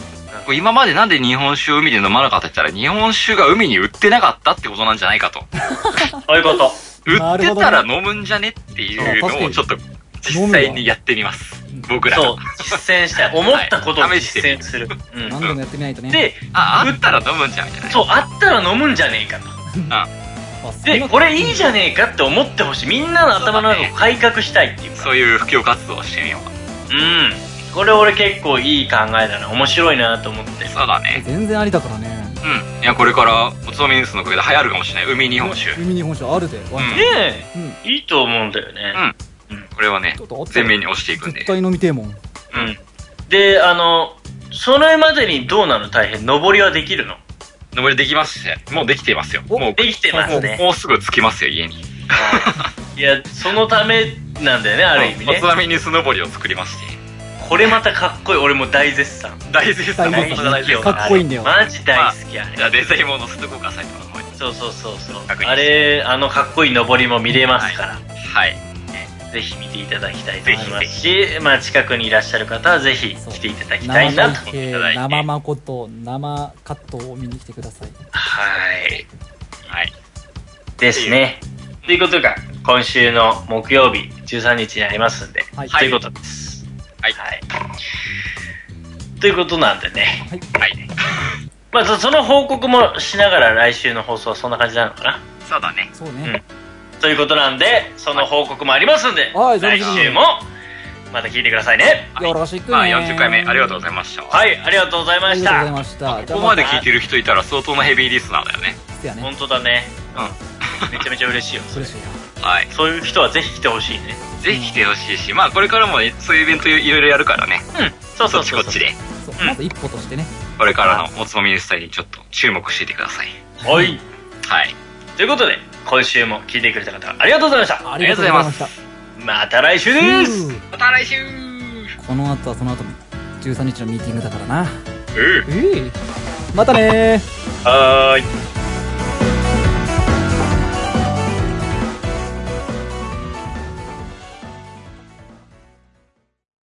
今までなんで日本酒を海で飲まなかったって言ったら、日本酒が海に売ってなかったってことなんじゃないかと。 そういうこと。 売ってたら飲むんじゃねっていうのをちょっと実際にやってみます。僕ら。 そう、実践したい。思ったことを実践する。 何度もやってみないとね。 で、 あったら飲むんじゃんみたいな。 そう、あったら飲むんじゃねえかと。で、これいいじゃねえかって思ってほしい。みんなの頭の中を改革したいっていう。 そういう布教活動をしてみよう。これ俺結構いい考えだな。面白いなと思って。 そうだね。 全然ありだからね。 いや、これからおつまみニュースのおかげで流行るかもしれない。海日本酒。 海日本酒あるで。ねえ。いいと思うんだよね。 これはね、全面に押していくんで。 絶対飲みてえもん。 で、それまでにどうなの？大変。登りはできるの？ 登りできますね。もうできてますよ。もうできてますね。 もうすぐ着きますよ、家に。 いや、そのためなんだよね、ある意味ね。 おつまみニュース登りを作りまして。 これまたかっこいい。俺も大絶賛。 大絶賛。 かっこいいんだよ。 マジ大好きあれ。 じゃあデザインも載せとこうか、サイトの方に。 そう。あれ、かっこいい登りも見れますから。 はい。 ぜひ見ていただきたいと思いますし、近くにいらっしゃる方はぜひ来ていただきたいなと。 生誠、生カットを見に来てください。 はい。ですね。ということが、今週の木曜日13日にありますんで、ということです。はい。ということなんでね。はい。まあ、その報告もしながら来週の放送はそんな感じなのかな。 そうだね。 そうね。 ということなんで、その報告もありますんで、来週もまた聞いてくださいね。 よろしくね。 40回目ありがとうございました。 はい、ありがとうございました。 ここまで聞いてる人いたら相当なヘビーリスナーだよね。 本当だね。めちゃめちゃ嬉しいよ。 嬉しいよ。 はい。そういう人はぜひ来てほしいね。 ぜひ来てほしいし、まあこれからもそういうイベントいろいろやるからね。 そう。 こっちで。 まず一歩としてね。 これからのおつまみニュース隊にちょっと注目していてください。 はい。ということで、今週も聞いてくれた方ありがとうございました。 ありがとうございました。 また来週です。 また来週。 この後はその後13日のミーティングだからな。またねー。 はーい。